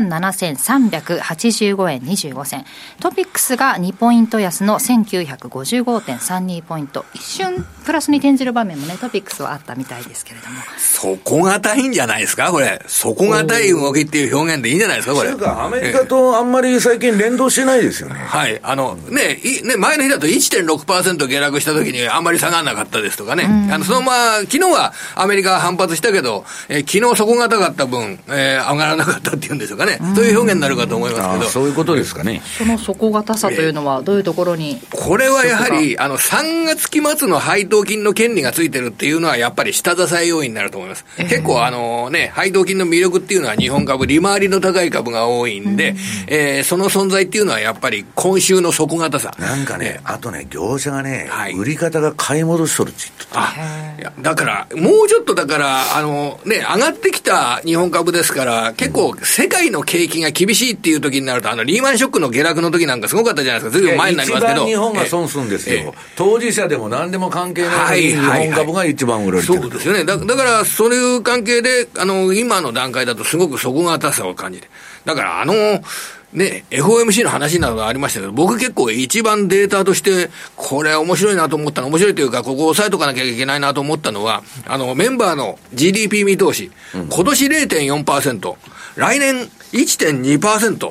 27,385 円25銭。トピックスが2ポイント安の 1955.32 ポイント。一瞬プラスに転じる場面もね、トピックスはあったみたいですけれども、 底堅いんじゃないですかこれ。底堅い動きっていう表現でいいんじゃないですかこれ。 アメリカとあんまり最近連動してないですよね。 はい。前の日だと 1.6% 下落した時にあんまり下がらなかったですとかね。その昨日はアメリカが反発したけど、昨日底堅かった分、上がらなかったっていうんでしょうかね。そういう表現になるかと思いますけど。 そういうことですかね。 その底堅さというのはどういうところに、 これはやはり、3月期末の配当金の権利がついてるっていうのはやっぱり下支え要因になると思います。結構配当金の魅力っていうのは日本株、利回りの高い株が多いんで、その存在っていうのはやっぱり今週の底堅さ。 なんかね、あとね、業者がね、売り方が買い戻しとるって言ってた。いや、だから、もうちょっとだから、上がってきた日本株ですから、結構世界の景気が厳しいっていう時になると、リーマンショックの下落の時なんかすごかったじゃないですか。ずいぶん前になりますけど。 一番日本が損するんですよ。当事者でも何でも関係ない日本株が一番売られてる。 そうですよね。だからそういう関係で、今の段階だとすごく底堅さを感じて。だからFOMC の話などがありましたけど、僕結構一番データとして、これ面白いなと思ったの、面白いというか、ここを押さえとかなきゃいけないなと思ったのは、メンバーの GDP 見通し、今年 0.4%、来年 1.2%、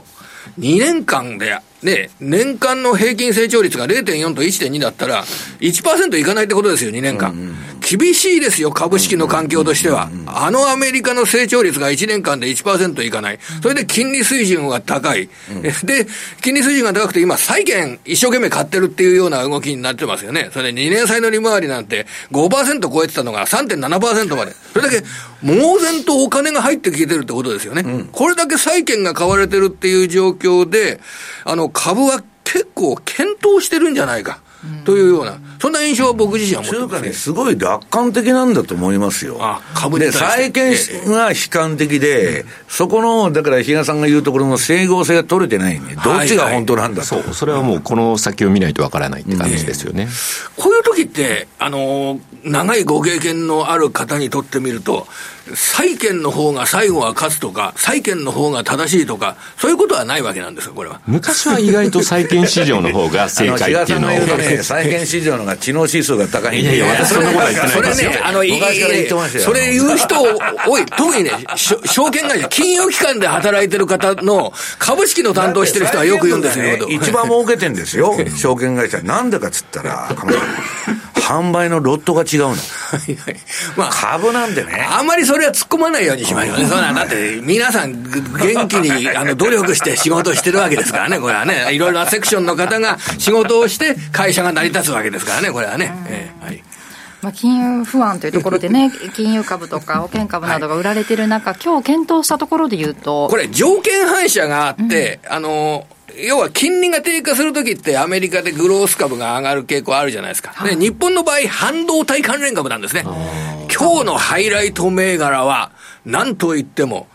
2年間で、ね、年間の平均成長率が 0.4 と 1.2 だったら 1% いかないってことですよ、2年間。厳しいですよ、株式の環境としては。アメリカの成長率が1年間で 1% いかない。それで金利水準が高い。で、金利水準が高くて今、債券一生懸命買ってるっていうような動きになってますよね。それで2年債の利回りなんて 5% 超えてたのが 3.7% まで。それだけ猛然とお金が入ってきてるってことですよね。これだけ債券が買われてるっていう状況で、株は結構検討してるんじゃないか。というような、そんな印象は僕自身は持ってます、ね。 中華ね、すごい楽観的なんだと思いますよ。株で債券が悲観的で、そこの、だから比嘉さんが言うところの整合性が取れてないね。どっちが本当なんだと。 それはもうこの先を見ないとわからないって感じですよね。 こういう時って、長いご経験のある方にとってみると、債券の方が最後は勝つとか、債券の方が正しいとか、そういうことはないわけなんですか、これは。 昔は意外と債券市場の方が正解っていうのを。 債券市場のが知能指数が高いんで。 いやいや、私そんなことは言ってないですよ。 昔から言ってましたよ。 それ言う人多い。特にね、証券会社、金融機関で働いてる方の株式の担当してる人はよく言うんですよ。 一番儲けてんですよ、証券会社。なんでかっつったら、販売のロットが違うの。まあ、株なんでね。 あんまりそれは突っ込まないようにしましょうね。そうなんだって、皆さん元気に努力して仕事をしてるわけですからね、これはね。いろいろなセクションの方が仕事をして会社が成り立つわけですからね、これはね。はい。 まあ、金融不安というところでね、金融株とか保険株などが売られている中、今日検討したところで言うと。 これ条件反射があって、要は金利が低下するときってアメリカでグロース株が上がる傾向あるじゃないですか。で、日本の場合半導体関連株なんですね。今日のハイライト銘柄は何と言っても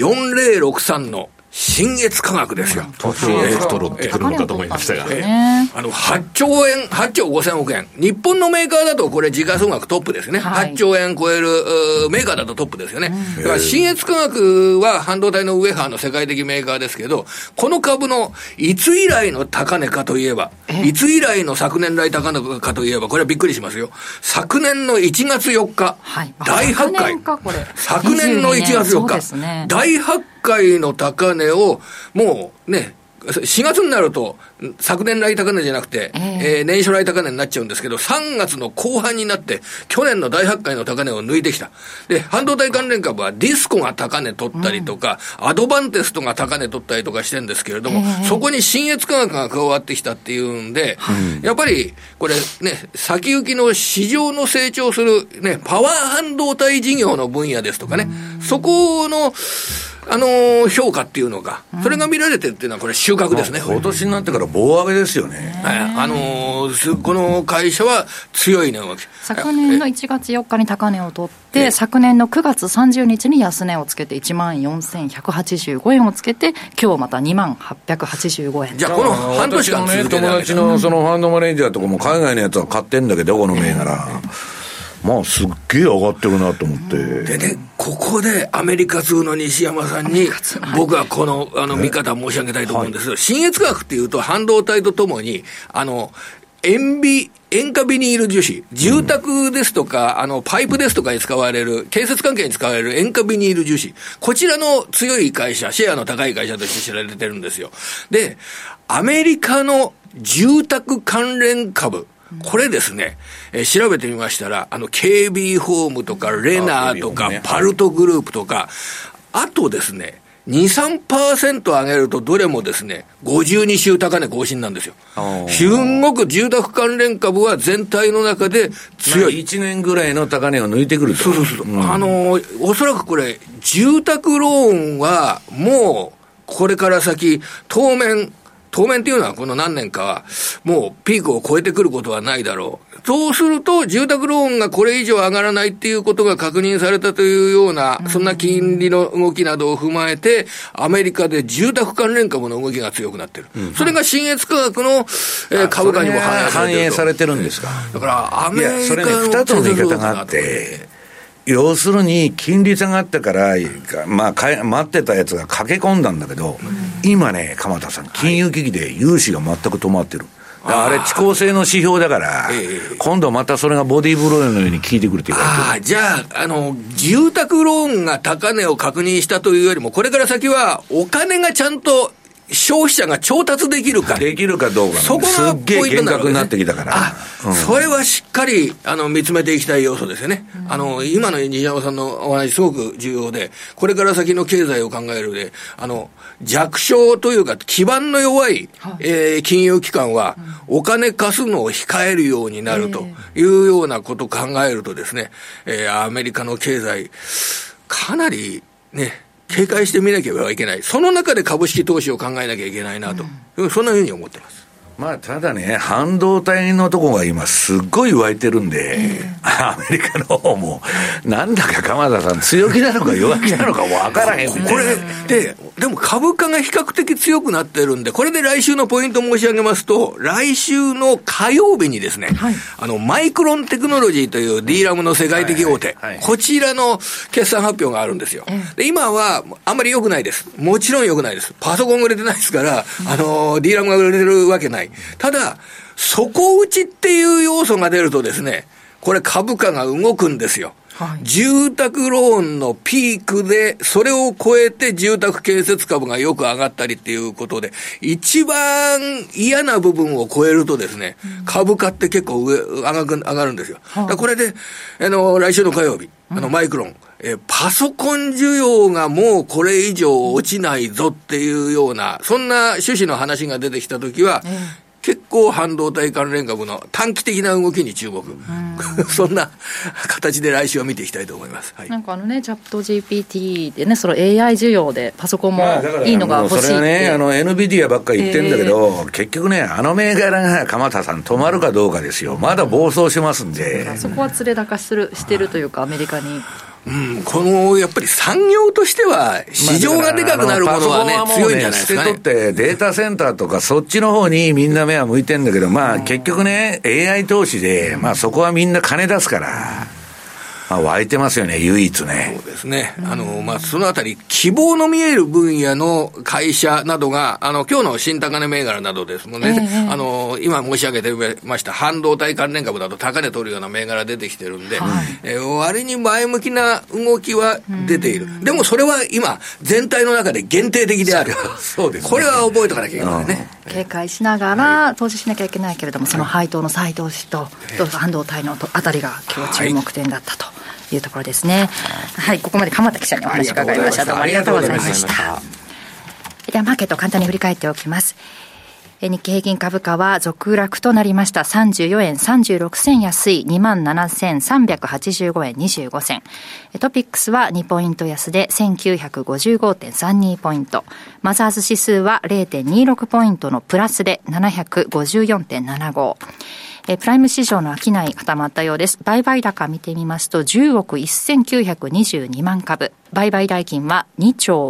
4063の新越科学ですよ。 エレクトロってくるのかと思いましたが、 8兆5000億円。日本のメーカーだとこれ時価総額トップですね。8兆円超えるメーカーだとトップですよね。だから新越科学は半導体のウエハーの世界的メーカーですけど、この株のいつ以来の高値かといえば、いつ以来の昨年来高値かといえば、これはびっくりしますよ。昨年の1月4日、大発会。昨年の1月4日、大発会の高値をもうね、4月になると昨年来高値じゃなくて、年初来高値になっちゃうんですけど、3月の後半になって去年の大発会の高値を抜いてきた。で、半導体関連株はディスコが高値取ったりとか、アドバンテストが高値取ったりとかしてるんですけれども、そこに新越科学が加わってきたっていうんで、やっぱりこれね、先行きの市場の成長するね、パワー半導体事業の分野ですとかね、そこの評価っていうのが、それが見られてるっていうのはこれ収穫ですね。 今年になってから棒上げですよね。 この会社は強い値動き。 昨年の1月4日に高値を取って、昨年の9月30日に安値をつけて14,185円をつけて、今日また2885円。 じゃあこの半年間続けて友達のそのファンドマネージャーとかも海外のやつは買ってんだけど、この銘柄。まあすっげえ上がってるなと思って。 でね、ここでアメリカ通の西山さんに僕はこの見方申し上げたいと思うんですけど、新越科学っていうと半導体とともに塩化ビニール樹脂、住宅ですとか、パイプですとかに使われる、建設関係に使われる塩化ビニール樹脂、こちらの強い会社、シェアの高い会社として知られてるんですよ。で、アメリカの住宅関連株、これですね、調べてみましたら、KB ホームとか、レナーとか、パルトグループとか、あとですね、2、3% 上げるとどれもですね、52週高値更新なんですよ。すんごく住宅関連株は全体の中で強い。 1年ぐらいの高値を抜いてくると。 そう。おそらくこれ、住宅ローンはもう、これから先、当面っていうのはこの何年かはもうピークを超えてくることはないだろう。そうすると住宅ローンがこれ以上上がらないっていうことが確認されたというような、そんな金利の動きなどを踏まえて、アメリカで住宅関連株の動きが強くなってる。それが新越科学の、株価にも反映されてるんですか。 だからアメリカのそれね、2つの言い方があって、要するに金利下がったから、まあ、待ってたやつが駆け込んだんだけど、今ね、鎌田さん、金融危機で融資が全く止まってる。あれ、遅効性の指標だから、今度またそれがボディーブローのように効いてくるって言われてる。 じゃあ、住宅ローンが高値を確認したというよりも、これから先はお金がちゃんと消費者が調達できるかどうか、 そこがポイントなので、ね、 すっげえ厳格になってきたから、 それはしっかり見つめていきたい要素ですよね。今の西山さんのお話すごく重要で、これから先の経済を考えるで、弱小というか基盤の弱い、金融機関はお金貸すのを控えるようになるというようなことを考えるとですね、アメリカの経済かなりね警戒してみなければいけない。その中で株式投資を考えなきゃいけないなと、そんなふうに思ってます。 まあ、ただね、半導体のとこが今すっごい湧いてるんで、アメリカの方も、なんだか鎌田さん強気なのか弱気なのか分からへんみたいな。 これでも株価が比較的強くなってるんで、これで来週のポイント申し上げますと、来週の火曜日にですね、マイクロンテクノロジーという DRAM の世界的大手、こちらの決算発表があるんですよ。で、今はあんまり良くないです。もちろん良くないです。パソコンが売れてないですから、DRAM が売れてるわけない。ただ、底打ちっていう要素が出るとですね、これ株価が動くんですよ。住宅ローンのピークで、それを超えて住宅建設株がよく上がったりっていうことで、一番嫌な部分を超えるとですね、株価って結構上がるんですよ。だこれで、来週の火曜日、マイクロン、パソコン需要がもうこれ以上落ちないぞっていうような、そんな趣旨の話が出てきたときは、結構半導体関連株の短期的な動きに注目。そんな形で来週は見ていきたいと思います。 なんかチャット GPT でね、その AI 需要でパソコンもいいのが欲しいって。 それはね、NVIDIA ばっかり言ってるんだけど、結局ね、銘柄が鎌田さん止まるかどうかですよ。まだ暴走しますんで。 そこは連れ高してるというか、アメリカに。 やっぱり産業としては市場がでかくなるものはね、強いんじゃないですかね。 捨て取ってデータセンターとかそっちの方にみんな目は向いてんだけど、結局ね AI 投資でそこはみんな金出すから。湧いてますよね、唯一ね。 そうですね。そのあたり、希望の見える分野の会社などが、今日の新高値銘柄などですもんね、今申し上げてました、半導体関連株だと高値取るような銘柄出てきてるんで、割に前向きな動きは出ている。でもそれは今、全体の中で限定的である。 そうですね。 これは覚えておかなきゃいけないね。 警戒しながら投資しなきゃいけないけれども、その配当の再投資と、半導体のあたりが今日注目点だったというところですね。はい、ここまで鎌田記者にお話伺いました。どうもありがとうございました。ではマーケットを簡単に振り返っておきます。日経平均株価は続落となりました。34円36銭安い 27,385 円25銭。トピックスは2ポイント安で 1955.32 ポイント。マザーズ指数は 0.26 ポイントのプラスで 754.75。プライム市場の商い固まったようです。売買高見てみますと10億1922万株。売買代金は2兆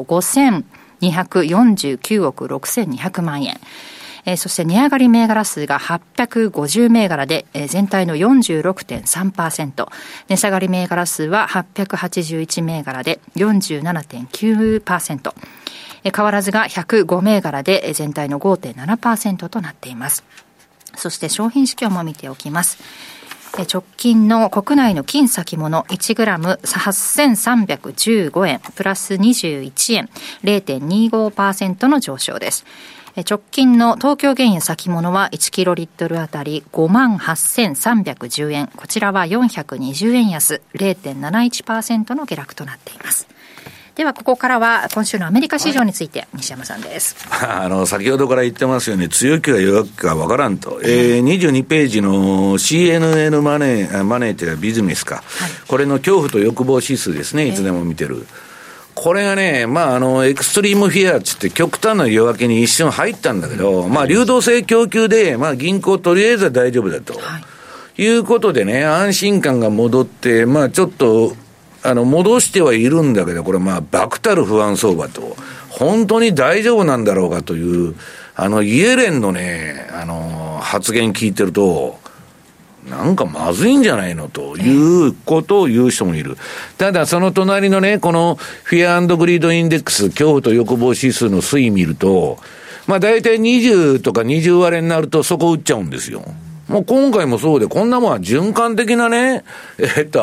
5249億6200万円。そして値上がり銘柄数が850銘柄で、全体の 46.3%。値下がり銘柄数は881銘柄で 47.9%。変わらずが105銘柄で全体の 5.7% となっています。そして商品指標も見ておきます。直近の国内の金先物 1g 8315円プラス21円 0.25% の上昇です。直近の東京原油先物は1キロリットルあたり 58,310 円。こちらは420円安 0.71% の下落となっています。ではここからは今週のアメリカ市場について西山さんです。 先ほどから言ってますように強気か弱気か分からんと、22ページの CNN マネーというビジネスか、これの恐怖と欲望指数ですね、いつでも見てる。これがね、エクストリームフィアっつって極端な弱気に一瞬入ったんだけど、流動性供給で、銀行とりあえずは大丈夫だと、いうことでね、安心感が戻って、ちょっと、戻してはいるんだけど、これ爆たる不安相場と、本当に大丈夫なんだろうかという、イエレンのね、発言聞いてると、なんかまずいんじゃないのということを言う人もいる。ただその隣のね、このフィア&グリードインデックス、恐怖と欲望指数の推移見ると、だいたい20とか20割れになるとそこ打っちゃうんですよ。もう今回もそうで、こんなもんは循環的な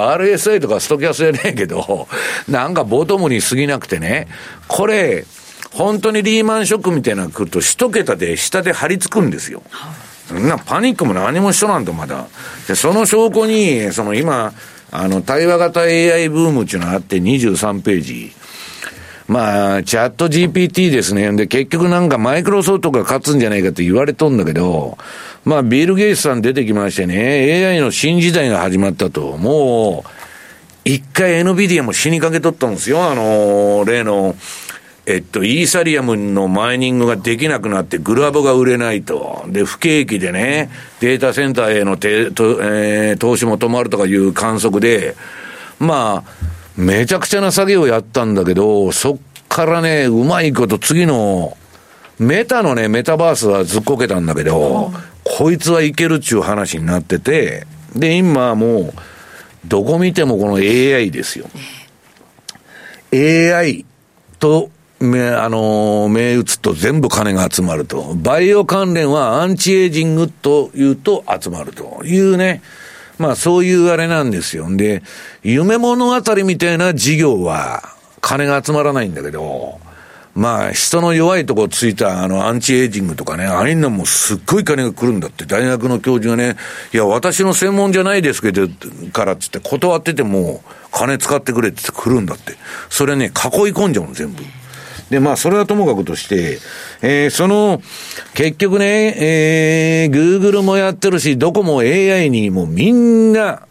ね、RSI とかストキャスじゃねえけど、なんかボトムに過ぎなくてね、これ、 本当にリーマンショックみたいなのが来ると一桁で下で張り付くんですよ。そんなパニックも何もしとらんとまだ。で、その証拠に、今、対話型 AI ブームっていうのがあって23ページ。まあ、チャット GPT ですね。で、結局なんかマイクロソフトが勝つんじゃないかって言われとんだけど、まあ、ビル・ゲイツさん出てきましてね、AI の新時代が始まったと。もう、一回 NVIDIA も死にかけとったんですよ。例の、イーサリアムのマイニングができなくなってグラボが売れないと。で、不景気でね、データセンターへの投資も止まるとかいう観測で、まあ、めちゃくちゃな作業をやったんだけど、そっからね、うまいこと次の、メタのね、メタバースはずっこけたんだけど、こいつはいけるっちゅう話になってて、で、今もう、どこ見てもこの AI ですよ。AI と、目打つと全部金が集まると。バイオ関連はアンチエイジングというと集まるというね。まあそういうあれなんですよ。で、夢物語みたいな事業は金が集まらないんだけど、まあ人の弱いとこついたアンチエイジングとかね、ああいうのもすっごい金が来るんだって。大学の教授がね、いや私の専門じゃないですけど、からつって断ってても金使ってくれって来るんだって。それね、囲い込んじゃうの全部。で、まあ、それはともかくとして、結局ね、Google もやってるし、どこも AI にもみんな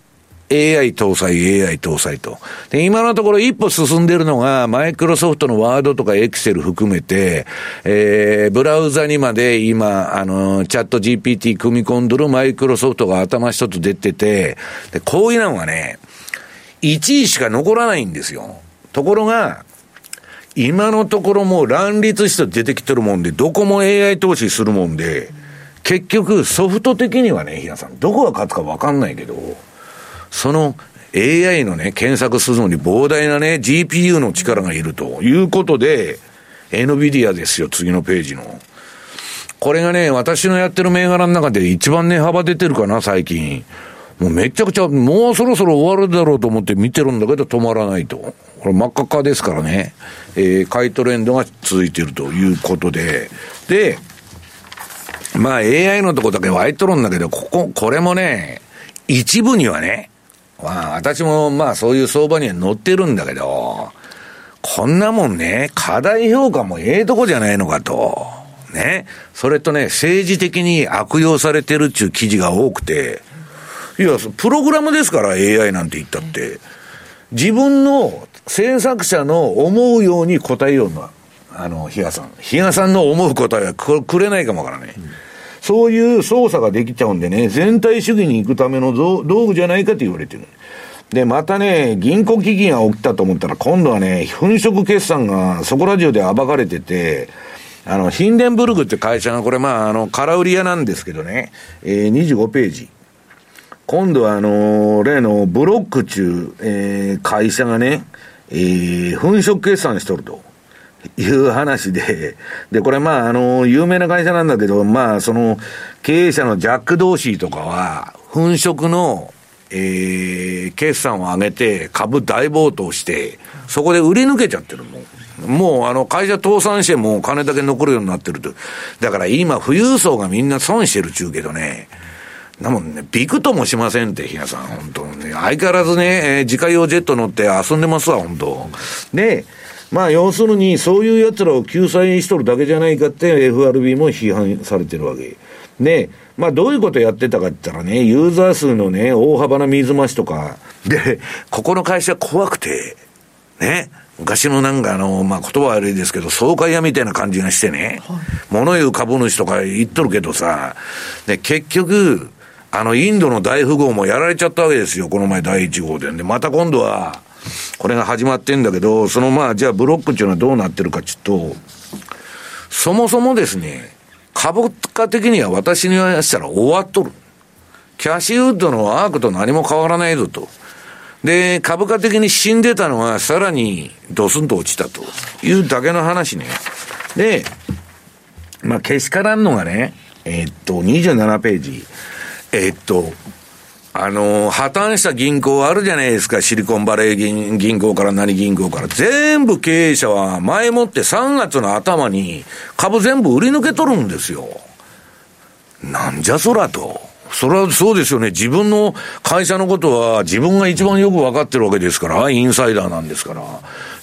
AI 搭載と。で、今のところ一歩進んでるのが、マイクロソフトのワードとかエクセル含めて、ブラウザにまで今、チャット GPT 組み込んでるマイクロソフトが頭一つ出てて、で、こういうのがね、1位しか残らないんですよ。ところが、今のところもう乱立して出てきてるもんで、どこも AI 投資するもんで、結局ソフト的にはね、平さん、どこが勝つか分かんないけど、その AI のね、検索するのに膨大なね、GPU の力がいるということで、NVIDIA ですよ、次のページの。これがね、私のやってる銘柄の中で一番値幅出てるかな、最近。もうめちゃくちゃ、もうそろそろ終わるだろうと思って見てるんだけど止まらないと。これ真っ赤っかですからね。買いトレンドが続いているということで。で、まあ AI のとこだけ湧いとるんだけど、これもね、一部にはね、まあ私もまあそういう相場には乗ってるんだけど、こんなもんね、過大評価もとこじゃないのかと。ね。それとね、政治的に悪用されてるっちゅう記事が多くて、いや、プログラムですから AI なんて言ったって。自分の制作者の思うように答えようのは、比嘉さんの思う答えはくれないかもわからね。そういう操作ができちゃうんでね、全体主義に行くための道具じゃないかと言われてる。で、またね、銀行危機が起きたと思ったら、今度はね、粉飾決算がそこら中で暴かれてて、ヒンデンブルグって会社が、これまあ、空売り屋なんですけどね、25ページ。今度は例のブロック中、会社がね、粉飾決算しとるという話で、で、これまあ有名な会社なんだけど、まあその経営者のジャック・ドーシーとかは、粉飾の、決算を上げて株大暴騰して、そこで売り抜けちゃってるの。もう会社倒産してもう金だけ残るようになってると。だから今富裕層がみんな損してるっちゅうけどね、なもんね、びくともしませんって、比嘉さん、本当ね。相変わらずね、自家用ジェット乗って遊んでますわ、本当で、まあ、要するに、そういう奴らを救済しとるだけじゃないかって、FRB も批判されてるわけ。で、まあ、どういうことやってたかって言ったらね、ユーザー数のね、大幅な水増しとか、で、ここの会社怖くて、ね、昔のなんかまあ、言葉悪いですけど、総会屋みたいな感じがしてね、物言う株主とか言っとるけどさ、で、結局、インドの大富豪もやられちゃったわけですよ。この前第1号で。で、また今度は、これが始まってんだけど、まあ、じゃあブロックっていうのはどうなってるかちょっと、そもそもですね、株価的には私に言わしたら終わっとる。キャシーウッドのアークと何も変わらないぞと。で、株価的に死んでたのはさらにドスンと落ちたというだけの話ね。で、まあ、けしからんのがね、27ページ。 破綻した銀行あるじゃないですか。シリコンバレー銀行から何銀行から。全部経営者は前もって3月の頭に株全部売り抜け取るんですよ。なんじゃそらと。それはそうですよね。自分の会社のことは自分が一番よく分かってるわけですから、インサイダーなんですから。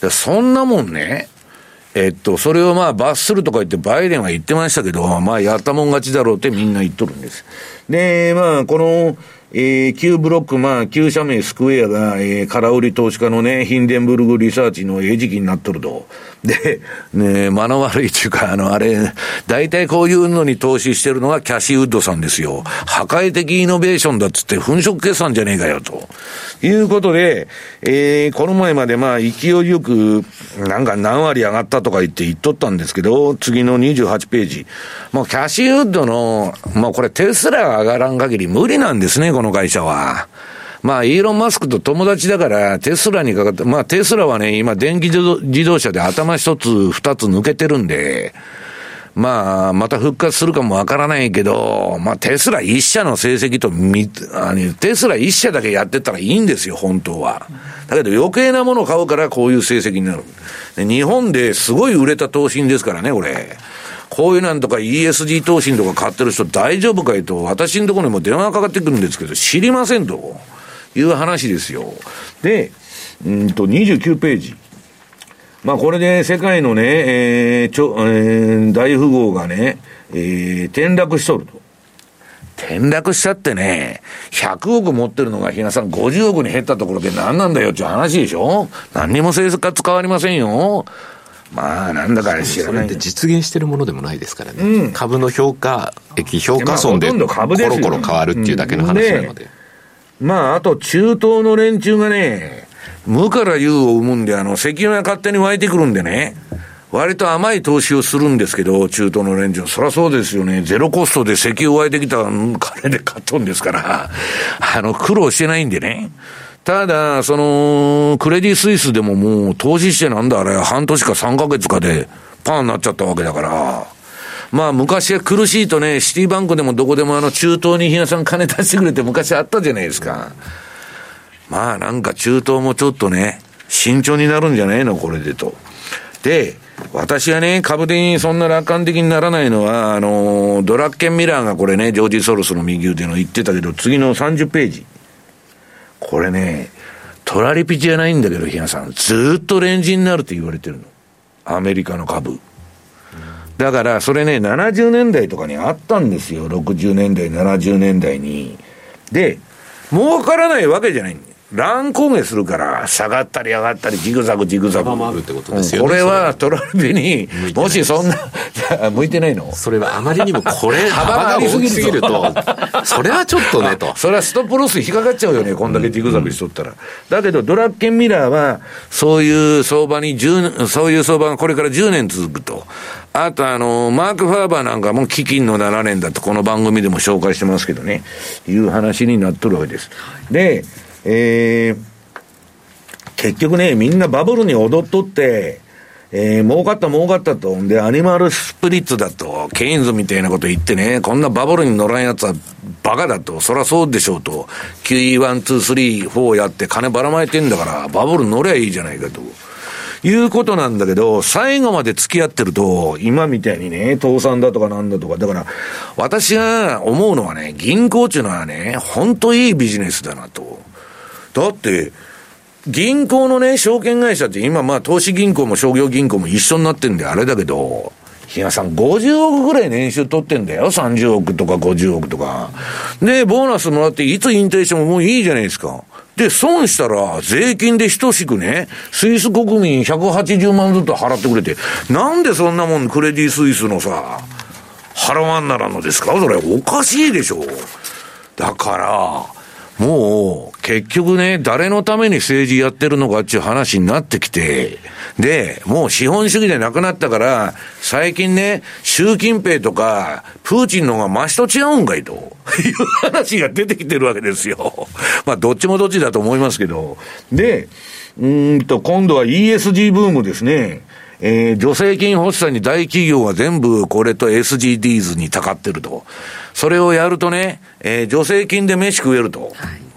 そんなもんね。それをまあ罰するとか言ってバイデンは言ってましたけど、まあやったもん勝ちだろうってみんな言っとるんです。で、まあこの、旧ブロック、まあ、旧社名スクエアが、空売り投資家のね、ヒンデンブルグリサーチの餌食になっとると。で、ね、間の悪いっていうか、あれ、大体こういうのに投資してるのがキャシーウッドさんですよ。破壊的イノベーションだっつって粉飾決算じゃねえかよ、ということで、この前までまあ、勢いよく、なんか何割上がったとか言っとったんですけど、次の28ページ。もうキャシーウッドの、まあこれテスラが上がらん限り無理なんですね、この会社は。まあ、イーロン・マスクと友達だから、テスラにかかって、まあ、テスラはね、今、電気自動車で頭一つ、二つ抜けてるんで、まあ、また復活するかもわからないけど、まあ、テスラ一社の成績とテスラ一社だけやってったらいいんですよ、本当は。だけど余計なものを買うからこういう成績になる。で日本ですごい売れた投信ですからね、これ。こういうなんとか ESG 投信とか買ってる人大丈夫かいと、私のところにも電話がかかってくるんですけど、知りませんという話ですよ。で、29ページ。まあこれで世界のね、大富豪がね、転落しとると。転落しちゃってね、100億持ってるのが、ひなさん50億に減ったところで何なんだよっていう話でしょ。何にも生活変わりませんよ。まあなんだか知らない。 それって実現してるものでもないですからね、うん、株の評価損でコロコロ変わるっていうだけの話なので、 まああと中東の連中がね、無から有を生むんで、石油が勝手に湧いてくるんでね、割と甘い投資をするんですけど、中東の連中、そりゃそうですよね。ゼロコストで石油湧いてきた金で買っとんですから、苦労してないんでね。ただ、クレディスイスでももう投資してなんだあれ、半年か3ヶ月かでパーになっちゃったわけだから、まあ昔は苦しいとね、シティバンクでもどこでも中東に皆さん金出してくれて昔あったじゃないですか。まあなんか中東もちょっとね、慎重になるんじゃないのこれでと。で、私はね、株でそんな楽観的にならないのは、ドラッケンミラーがこれね、ジョージ・ソロスの右腕の言ってたけど、次の30ページ。これね、トラリピじゃないんだけど、ひなさん、ずっとレンジになるって言われてるの。アメリカの株。だから、それね、70年代とかにあったんですよ。60年代、70年代に。で、儲からないわけじゃないんだよ。乱高下するから、下がったり上がったり、ジグザグジグザグ。 あるってことですよね。 これはトラリピに、もしそんな、向いてないの？ それはあまりにもこれ、幅が大きすぎると、それはちょっとねと。 それはストップロス引っかかっちゃうよね、こんだけジグザグしとったら。だけど、ドラッケンミラーは、そういう相場がこれから10年続くと。あとマーク・ファーバーなんかも基金の7年だと、この番組でも紹介してますけどね、いう話になっとるわけです。で、結局ね、みんなバブルに踊っとって、儲かったと。で、アニマルスプリッツだと、ケインズみたいなこと言ってね、こんなバブルに乗らんやつはバカだと、そりゃそうでしょうと、QE1、2、3、4やって金ばらまいてんだから、バブル乗りゃいいじゃないかと。いうことなんだけど、最後まで付き合ってると、今みたいにね、倒産だとかなんだとか、だから、私が思うのはね、銀行っていうのはね、ほんといいビジネスだなと。だって、銀行のね、証券会社って今まあ投資銀行も商業銀行も一緒になってんであれだけど、比嘉さん50億ぐらい年収取ってんだよ。30億とか50億とか。で、ボーナスもらっていつ引退してももういいじゃないですか。で、損したら税金で等しくね、スイス国民180万ずつ払ってくれて、なんでそんなもんクレディスイスのさ、払わんならんのですか？それおかしいでしょ。だから、もう、結局ね、誰のために政治やってるのかっていう話になってきて、で、もう資本主義でなくなったから、最近ね、習近平とか、プーチンの方がマシと違うんかいと、いう話が出てきてるわけですよ。まあ、どっちもどっちだと思いますけど。で、今度は ESG ブームですね。助成金欲しさに大企業が全部これと SDGs にたかってると。それをやるとね、助成金で飯食えると。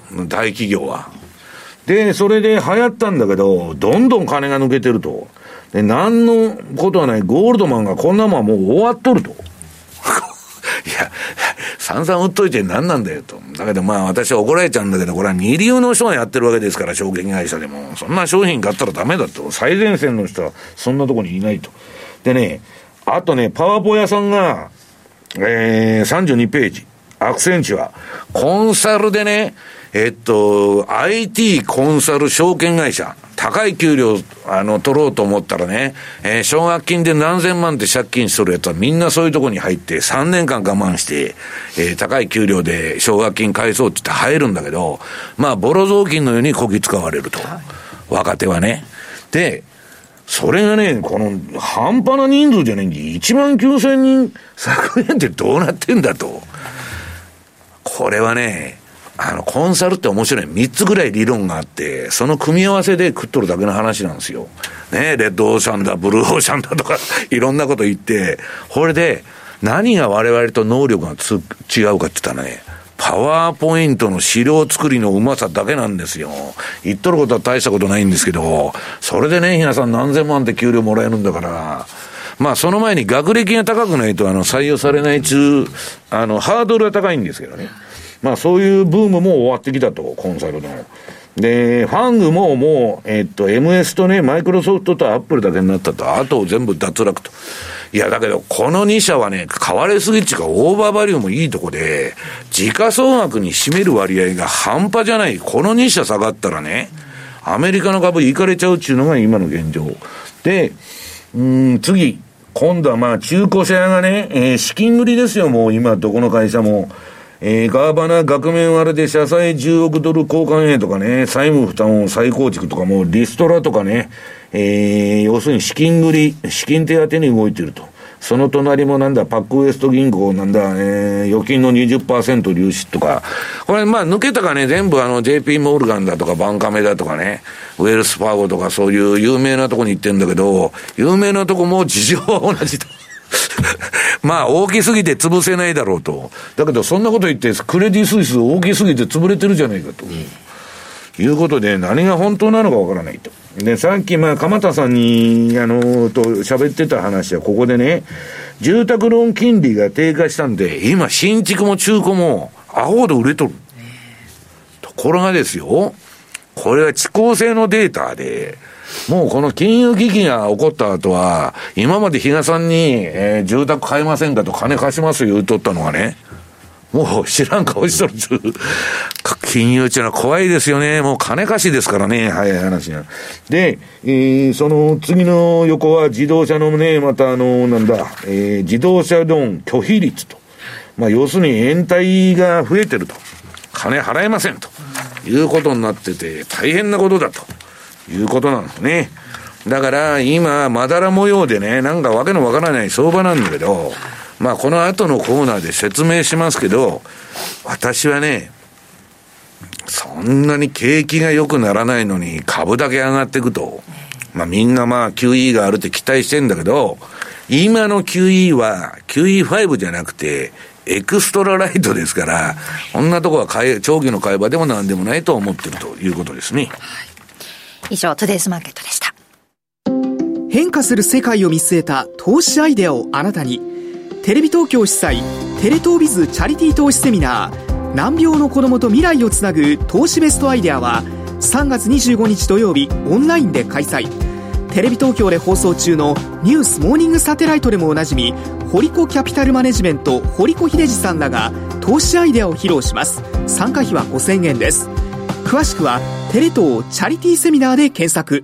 大企業は。で、それで流行ったんだけど、どんどん金が抜けてると。で、何のことはない、ゴールドマンがこんなもんもう終わっとると。いや、散々売っといて何なんだよと。だけどまあ私は怒られちゃうんだけど、これは二流の人がやってるわけですから、証券会社でも。そんな商品買ったらダメだと。最前線の人はそんなとこにいないと。でね、あとね、パワポ屋さんが、32ページ。アクセンチュア。コンサルでね、IT コンサル証券会社。高い給料、取ろうと思ったらね、奨学金で何千万って借金しとるやつはみんなそういうとこに入って3年間我慢して、高い給料で奨学金返そうって言って入るんだけど、まあ、ボロ雑巾のようにこき使われると。若手はね。で、それがね、この半端な人数じゃないんで、19,000人削減ってどうなってんだと。これはね、コンサルって面白い。3つぐらい理論があって、その組み合わせで食っとるだけの話なんですよ。ね、レッドオーシャンだ、ブルーオーシャンだとか、いろんなこと言って、これで何が我々と能力が違うかって言ったらね、パワーポイントの資料作りのうまさだけなんですよ。言っとることは大したことないんですけど、それでね、皆さん何千万って給料もらえるんだから、まあその前に学歴が高くないと採用されないハードルは高いんですけどね。まあそういうブームも終わってきたと、コンサルの。で、ファングももう、MS とね、マイクロソフトとアップルだけになったと、あと全部脱落と。いや、だけど、この2社はね、買われすぎっていうか、オーバーバリューもいいとこで、時価総額に占める割合が半端じゃない。この2社下がったらね、アメリカの株いかれちゃうっていうのが今の現状。で、次、今度はまあ中古車屋がね、資金繰りですよ、もう今どこの会社も。ガーバナ額面割れで社債10億ドル交換円とかね、債務負担を再構築とかもうリストラとかね、要するに資金繰り、資金手当に動いてると。その隣もなんだ、パックウエスト銀行なんだ、預金の 20% 流出とか。これまあ抜けたかね、全部JP モルガンだとかバンカメだとかね、ウェルスファーゴとかそういう有名なとこに行ってんだけど、有名なとこも事情は同じと。まあ大きすぎて潰せないだろうと。だけどそんなこと言ってクレディスイス大きすぎて潰れてるじゃないかと、いうことで何が本当なのかわからないと。でさっきまあ鎌田さんにと喋ってた話はここでね、住宅ローン金利が低下したんで今新築も中古もアホほど売れとる。ところがですよ、これは遅効性のデータで、もうこの金融危機が起こった後は、今まで比嘉さんに、住宅買えませんかと金貸しますよ言うとったのがね、もう知らん顔しとる。金融っていうのは怖いですよね。もう金貸しですからね、早い話が。で、その次の横は自動車のね、また自動車ローン拒否率と。まあ要するに延滞が増えてると。金払えませんということになってて、大変なことだと。いうことなんですね。だから今まだら模様でね、なんかわけのわからない相場なんだけど、まあこの後のコーナーで説明しますけど、私はね、そんなに景気が良くならないのに株だけ上がっていくと、まあみんなまあ QE があるって期待してんだけど、今の QE は QE5 じゃなくてエクストラライトですから、こんなとこは長期の買い場でもなんでもないと思ってるということですね。 以上、トゥデイズマーケットでした。 変化する世界を見据えた投資アイデアをあなたに。テレビ東京主催テレ東ビズチャリティー投資セミナー、難病の子どもと未来をつなぐ投資ベストアイデアは3月25日土曜日オンラインで開催。テレビ東京で放送中のニュースモーニングサテライトでもおなじみ、堀子キャピタルマネジメント堀子秀治さんらが投資アイデアを披露します。参加費は5000円です。詳しくはテレ東チャリティーセミナーで検索。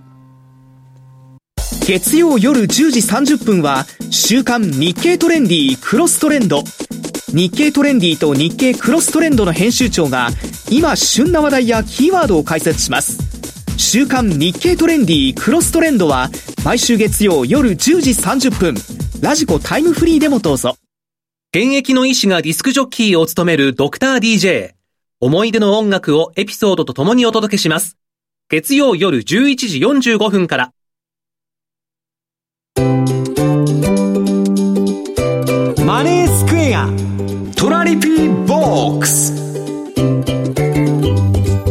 月曜夜10時30分は週刊日経トレンディクロストレンド。日経トレンディと日経クロストレンドの編集長が今旬な話題やキーワードを解説します。週刊日経トレンディクロストレンドは毎週月曜夜10時30分、ラジコタイムフリーでもどうぞ。 現役の医師がディスクジョッキーを務めるドクター DJ。思い出の音楽をエピソードとともにお届けします。月曜夜11時45分から。 マネースクエアトラリピーボックス。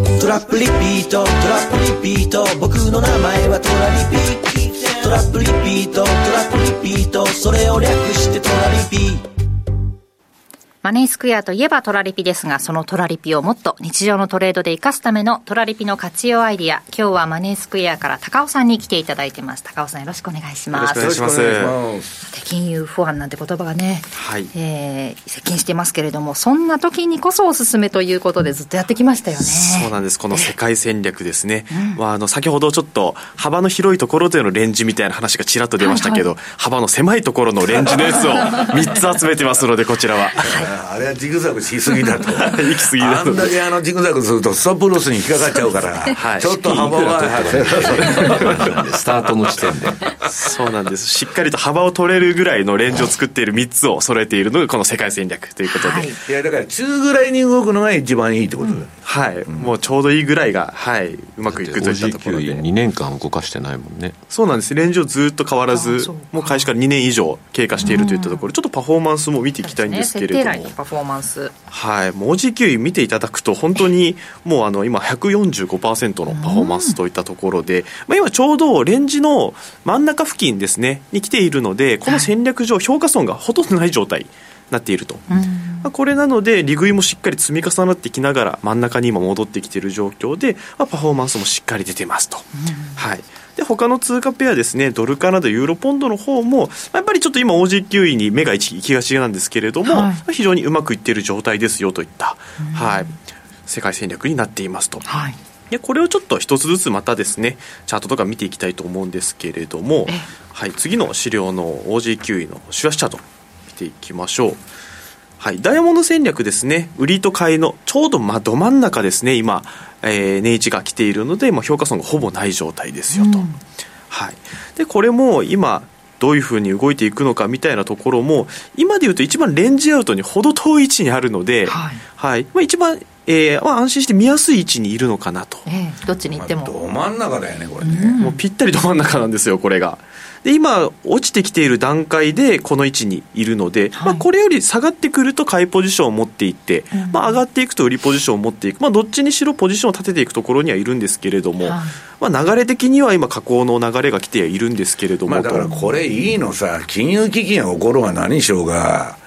リピートトラップリピート、僕の名前はトラリピ。トラップリピートトラップリピート、それを略してトラリピ。 マネースクエアといえばトラリピですが、そのトラリピをもっと日常のトレードで活かすためのトラリピの活用アイディア、今日はマネースクエアから高尾さんに来ていただいてます。高尾さんよろしくお願いします。 よろしくお願いします。 さて金融不安なんて言葉がね、 はい、 接近してますけれども、そんな時にこそおすすめということでずっとやってきましたよね。 そうなんです。この世界戦略ですね、先ほどちょっと幅の広いところでのレンジみたいな話がちらっと出ましたけど、幅の狭いところのレンジのやつを3つ集めてますので、こちらはあれはジグザグしすぎだと行き過ぎだと、 あんだけジグザグするとストップロスに引っかかっちゃうから、はい、ちょっと幅がスタートの時点でそうなんです。しっかりと幅を取れるぐらいのレンジを作っている3つを揃えているのがこの世界戦略ということで、はい、 いやだから中ぐらいに動くのが一番いいってことだ、 はい、もうちょうどいいぐらいが、はい、うまくいくといったところで。 2年間動かしてないもんね。 そうなんです。レンジをずっと変わらず、もう開始から2年以上経過しているといったところ、ちょっとパフォーマンスも見ていきたいんですけれども、 設定来のパフォーマンス、 はい、もう OG9 見ていただくと本当にもう今 145% のパフォーマンスといったところで、今ちょうどレンジの真ん中付近ですねに来ているので、この戦略上評価損がほとんどない状態になっていると、これなので利食いもしっかり積み重なってきながら真ん中に今戻ってきている状況で、パフォーマンスもしっかり出てますと、はい。で他の通貨ペアですね、ドルカナダユーロポンドの方もやっぱりちょっと今 OG9 位に目が行きがちなんですけれども、非常にうまくいっている状態ですよといった、はい、世界戦略になっていますと、はい。でこれをちょっと一つずつまたですねチャートとか見ていきたいと思うんですけれども、はい、次の資料の OG9 位の週足チャート見ていきましょう。はい、ダイヤモンド戦略ですね、売りと買いのちょうどど真ん中ですね、今、値打ちが来ているので、評価損がほぼない状態ですよと、はい。でこれも今どういうふうに動いていくのかみたいなところも今でいうと一番レンジアウトに程遠い位置にあるので、はいはい、一番、安心して見やすい位置にいるのかなと、 どっちに行っても、 ど真ん中だよねこれね、 もうぴったりど真ん中なんですよこれが。で今落ちてきている段階でこの位置にいるので、はい、これより下がってくると買いポジションを持っていって、上がっていくと売りポジションを持っていく、どっちにしろポジションを立てていくところにはいるんですけれども、流れ的には今下降の流れが来ているんですけれども、 だからこれいいのさ、金融危機が起こるは何しようが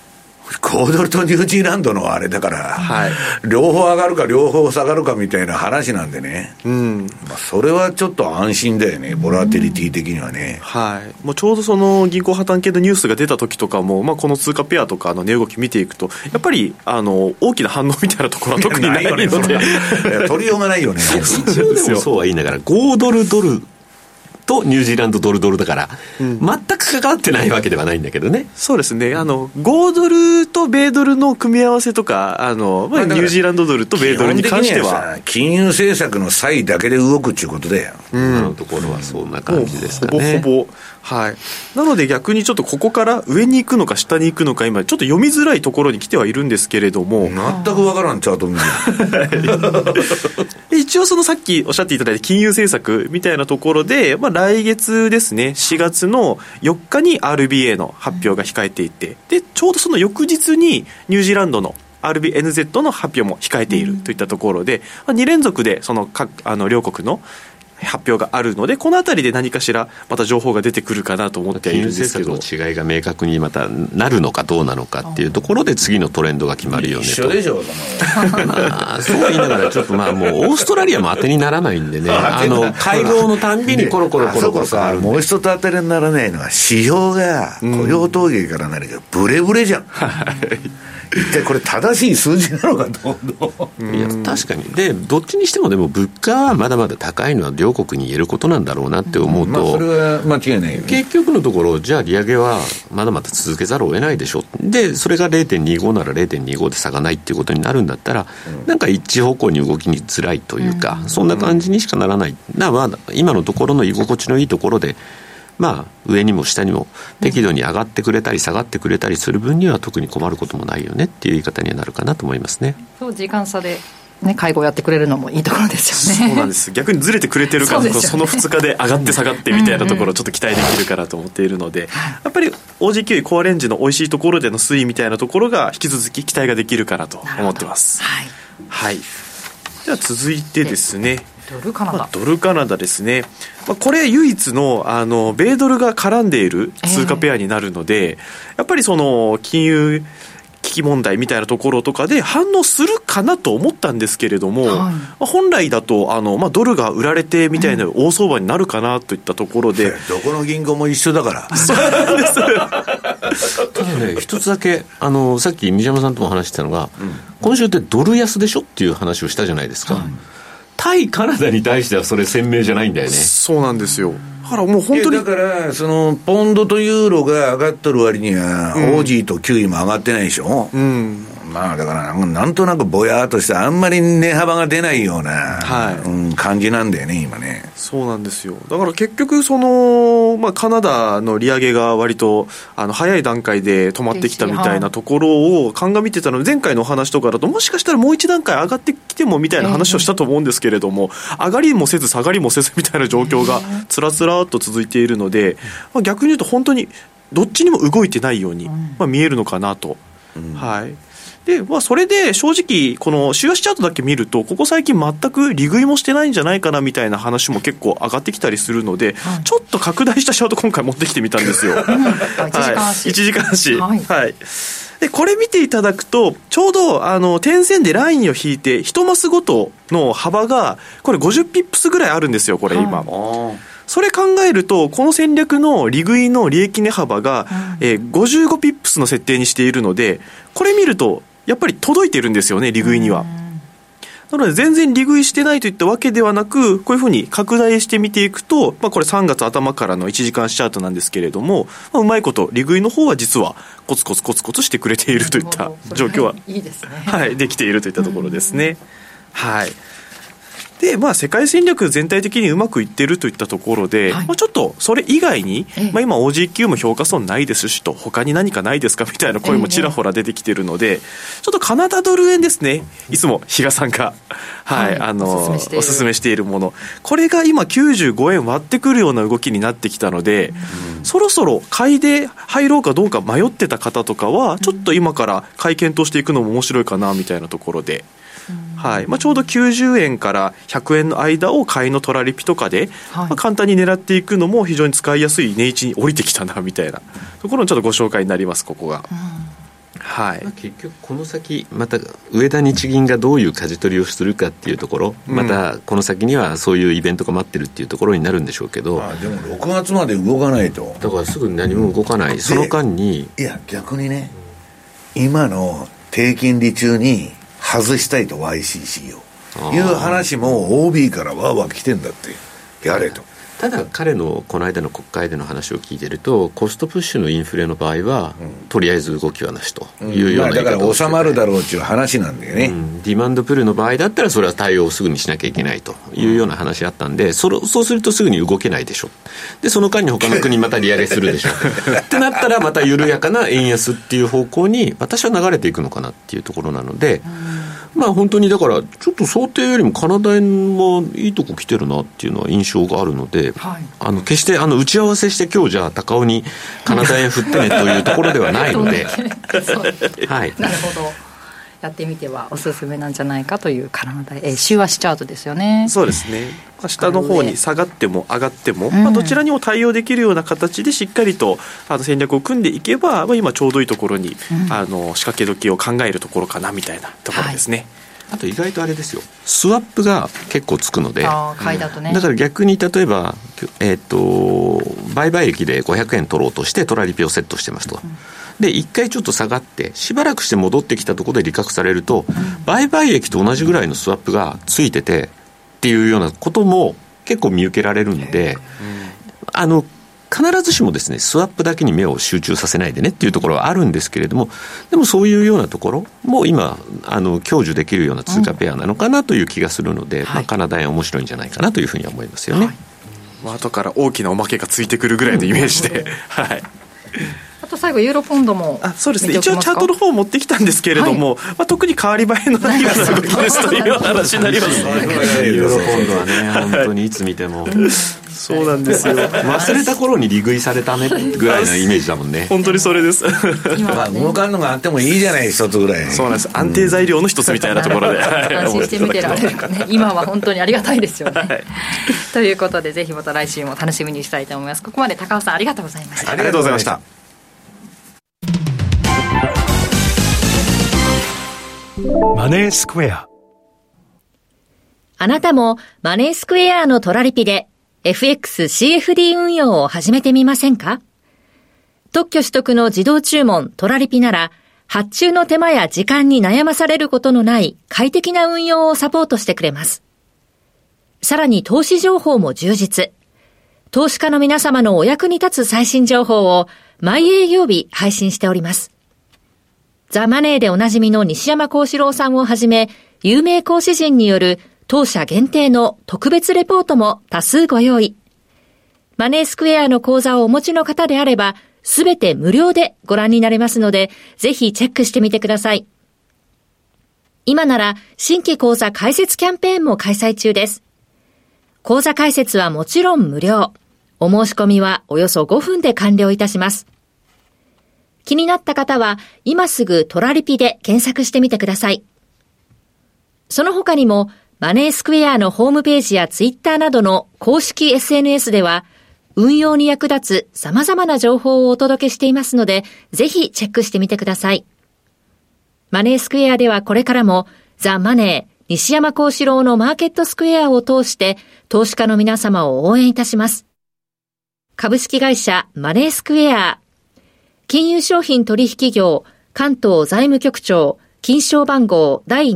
5ドルとニュージーランドのあれだから、はい、両方上がるか両方下がるかみたいな話なんでね、それはちょっと安心だよね、ボラティリティ的にはね、 はい、もうちょうどその銀行破綻系のニュースが出た時とかも、この通貨ペアとかの値動き見ていくとやっぱり大きな反応みたいなところは特にないので取りようがないよね一応でもそうは言いながら5ドルドルとニュージーランドドルドルだから、全く関わってないわけではないんだけどね。 そうですね、5ドルと米ドルの組み合わせとかニュージーランドドルと米ドルに関しては金融政策の差異だけで動くっていうことだよ、 今のところはそんな感じですかね。 ほぼはい。なので逆にちょっとここから上に行くのか下に行くのか今ちょっと読みづらいところに来てはいるんですけれども、 全くわからんチャート見て一応そのさっきおっしゃっていただいた金融政策みたいなところで、来月ですね4月の4日に RBA の発表が控えていて、でちょうどその翌日にニュージーランドの RBNZ の発表も控えているといったところで、2連続でその両国の発表があるので、このあたりで何かしらまた情報が出てくるかなと思ってはいるんですけど、 金融政策の違いが明確にまたなるのかどうなのかっていうところで次のトレンドが決まるよねと。 一緒でしょそう言いながらちょっともうオーストラリアも当てにならないんでね会合のたんびにコロコロコロコロ変わるんで、 もう一つ当てにならないのは指標が雇用統計から何かブレブレじゃん、一体これ正しい数字なのかどういや確かに。でどっちにしてもでも物価はまだまだ高いのは両国に言えることなんだろうなって思うと、 それは間違いないよね。 結局のところじゃあ利上げはまだまだ続けざるを得ないでしょ。でそれが 0.25 なら 0.25 で差がないっていうことになるんだったら、なんか一方向に動きにづらいというか、そんな感じにしかならない。今のところの居心地のいいところで上にも下にも適度に上がってくれたり下がってくれたりする分には特に困ることもないよねっていう言い方にはなるかなと思いますね。 時間差で、会合やってくれるのもいいところですよね。 そうなんです。逆にずれてくれてるからその2日で上がって下がってみたいなところをちょっと期待できるかなと思っているので、やっぱり OG9 位コアレンジの美味しいところでの推移みたいなところが引き続き期待ができるかなと思ってます。はい、はい。 では続いてですね、 ドルカナダ、 ドルカナダですね、これ唯一の米ドルが絡んでいる通貨ペアになるので、やっぱりその金融危機問題みたいなところとかで反応するかなと思ったんですけれども、本来だとドルが売られてみたいな大相場になるかなといったところで、 どこの銀行も一緒だからそうなんですただね、一つだけさっき西山さんとも話してたのが、今週ってドル安でしょっていう話をしたじゃないですか、対カナダに対してはそれ鮮明じゃないんだよね。 そうなんですよ。だからもう本当にだからそのポンドとユーロが上がっとる割には、オージーとキウイも上がってないでしょ、まあだからなんとなくぼやーっとしてあんまり値幅が出ないような、感じなんだよね今ね。 そうなんですよ。だから結局その、カナダの利上げが割と早い段階で止まってきたみたいなところを鑑みてたので、前回のお話とかだともしかしたらもう一段階上がってきてもみたいな話をしたと思うんですけれども、上がりもせず下がりもせずみたいな状況がつらつらっと続いているので、逆に言うと本当にどっちにも動いてないように、見えるのかなと、でそれで正直この週足チャートだけ見るとここ最近全く利食いもしてないんじゃないかなみたいな話も結構上がってきたりするので、ちょっと拡大したチャート今回持ってきてみたんですよ。1時間足、でこれ見ていただくとちょうど点線でラインを引いて1マスごとの幅がこれ50ピップスぐらいあるんですよこれ今、それ考えるとこの戦略の利食いの利益値幅が、55ピップスの設定にしているので、これ見るとやっぱり届いてるんですよね利食いには。なので全然利食いしてないといったわけではなく、こういうふうに拡大して見ていくと、これ3月頭からの1時間チャートなんですけれども、うまいこと利食いの方は実はコツコツコツコツしてくれているといった状況は、 いいですね、 できているといったところですね。で世界戦略全体的にうまくいっているといったところで、ちょっとそれ以外に、今 OG9 も評価損ないですしと、他に何かないですかみたいな声もちらほら出てきているので、ちょっとカナダドル円ですね、いつも比嘉さんが、おすすめしているもの、これが今95円割ってくるような動きになってきたので、そろそろ買いで入ろうかどうか迷ってた方とかはちょっと今から買い検討していくのも面白いかなみたいなところで、ちょうど90円から100円の間を買いのトラリピとかで、簡単に狙っていくのも非常に使いやすい値位置に降りてきたなみたいなところのちょっとご紹介になります。ここが、 結局この先また上田日銀がどういう舵取りをするかっていうところ、またこの先にはそういうイベントが待ってるっていうところになるんでしょうけど、 でも6月まで動かないと、 だからすぐに何も動かない、その間に逆にね、今の低金利中に外したいと YCC をいう話も OB からわーわー来てんだって、やれと。 ただ彼のこの間の国会での話を聞いてると、コストプッシュのインフレの場合は、とりあえず動きはなしというような言い方をして、 だから収まるだろうっていう話なんだよね、 ディマンドプルの場合だったらそれは対応をすぐにしなきゃいけないというような話あったんで、そうするとすぐに動けないでしょ、でその間に他の国また利上げするでしょってなったらまた緩やかな円安っていう方向に私は流れていくのかなっていうところなので、本当にだからちょっと想定よりもカナダ円はいいとこ来てるなっていうのは印象があるので、決して打ち合わせして今日じゃあ高尾にカナダ円振ってねというところではないのでなるほど、 やってみてはおすすめなんじゃないかというカナダ週足チャートですよね。 そうですね、下の方に下がっても上がっても、どちらにも対応できるような形でしっかりと戦略を組んでいけば、今ちょうどいいところに、仕掛け時を考えるところかなみたいなところですね。 あと意外とあれですよ、スワップが結構つくので、 買いだとね、 だから逆に例えば、売買益で500円取ろうとしてトラリピをセットしてますと、で1回ちょっと下がってしばらくして戻ってきたところで利確されると、売買益と同じぐらいのスワップがついててっていうようなことも結構見受けられるんで、必ずしもですねスワップだけに目を集中させないでねっていうところはあるんですけれども、でもそういうようなところも今享受できるような通貨ペアなのかなという気がするので、カナダ円面白いんじゃないかなというふうには思いますよね。 後から大きなおまけがついてくるぐらいのイメージであと最後ユーロポンドもそうですね、一応チャートの方を持ってきたんですけれども、特に変わり映えのないような動きですという話になりますねユーロポンドはね本当にいつ見てもそうなんですよ忘れた頃に利食いされたねぐらいのイメージだもんね。 本当にそれです。 まあ動かんのがあってもいいじゃない、一つぐらい。 そうなんです。安定材料の一つみたいなところで、 安心して見てられるかね。今は本当にありがたいですよね、はい、ということでぜひまた来週も楽しみにしたいと思います。ここまで高尾さんありがとうございました。 ありがとうございました。 マネースクエア。 あなたもマネースクエアのトラリピで FXCFD 運用を始めてみませんか？特許取得の自動注文トラリピなら発注の手間や時間に悩まされることのない快適な運用をサポートしてくれます。さらに投資情報も充実。投資家の皆様のお役に立つ最新情報を毎営業日配信しております。ザ・マネーでおなじみの西山幸四郎さんをはじめ、有名講師陣による当社限定の特別レポートも多数ご用意。マネースクエアの講座をお持ちの方であれば、すべて無料でご覧になれますので、ぜひチェックしてみてください。今なら新規講座開設キャンペーンも開催中です。講座開設はもちろん無料。お申し込みはおよそ5分で完了いたします。気になった方は今すぐトラリピで検索してみてください。その他にもマネースクエアのホームページやツイッターなどの公式 SNS では運用に役立つ様々な情報をお届けしていますので、ぜひチェックしてみてください。マネースクエアではこれからもザ・マネー西山幸四郎のマーケットスクエアを通して投資家の皆様を応援いたします。株式会社マネースクエア金融商品取引業関東財務局長金賞番号第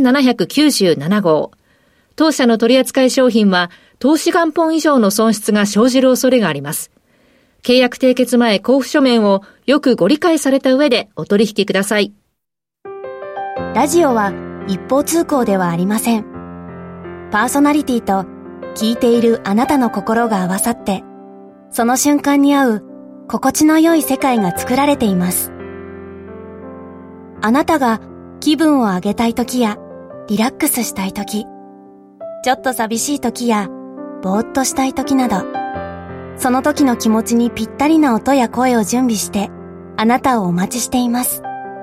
2797号。当社の取扱い商品は投資元本以上の損失が生じる恐れがあります。契約締結前交付書面をよくご理解された上でお取引ください。 ラジオは一方通行ではありません。パーソナリティと聞いているあなたの心が合わさって、その瞬間に合う心地の良い世界が作られています。あなたが気分を上げたい時やリラックスしたい時、ちょっと寂しい時やぼーっとしたい時など、その時の気持ちにぴったりな音や声を準備してあなたをお待ちしています。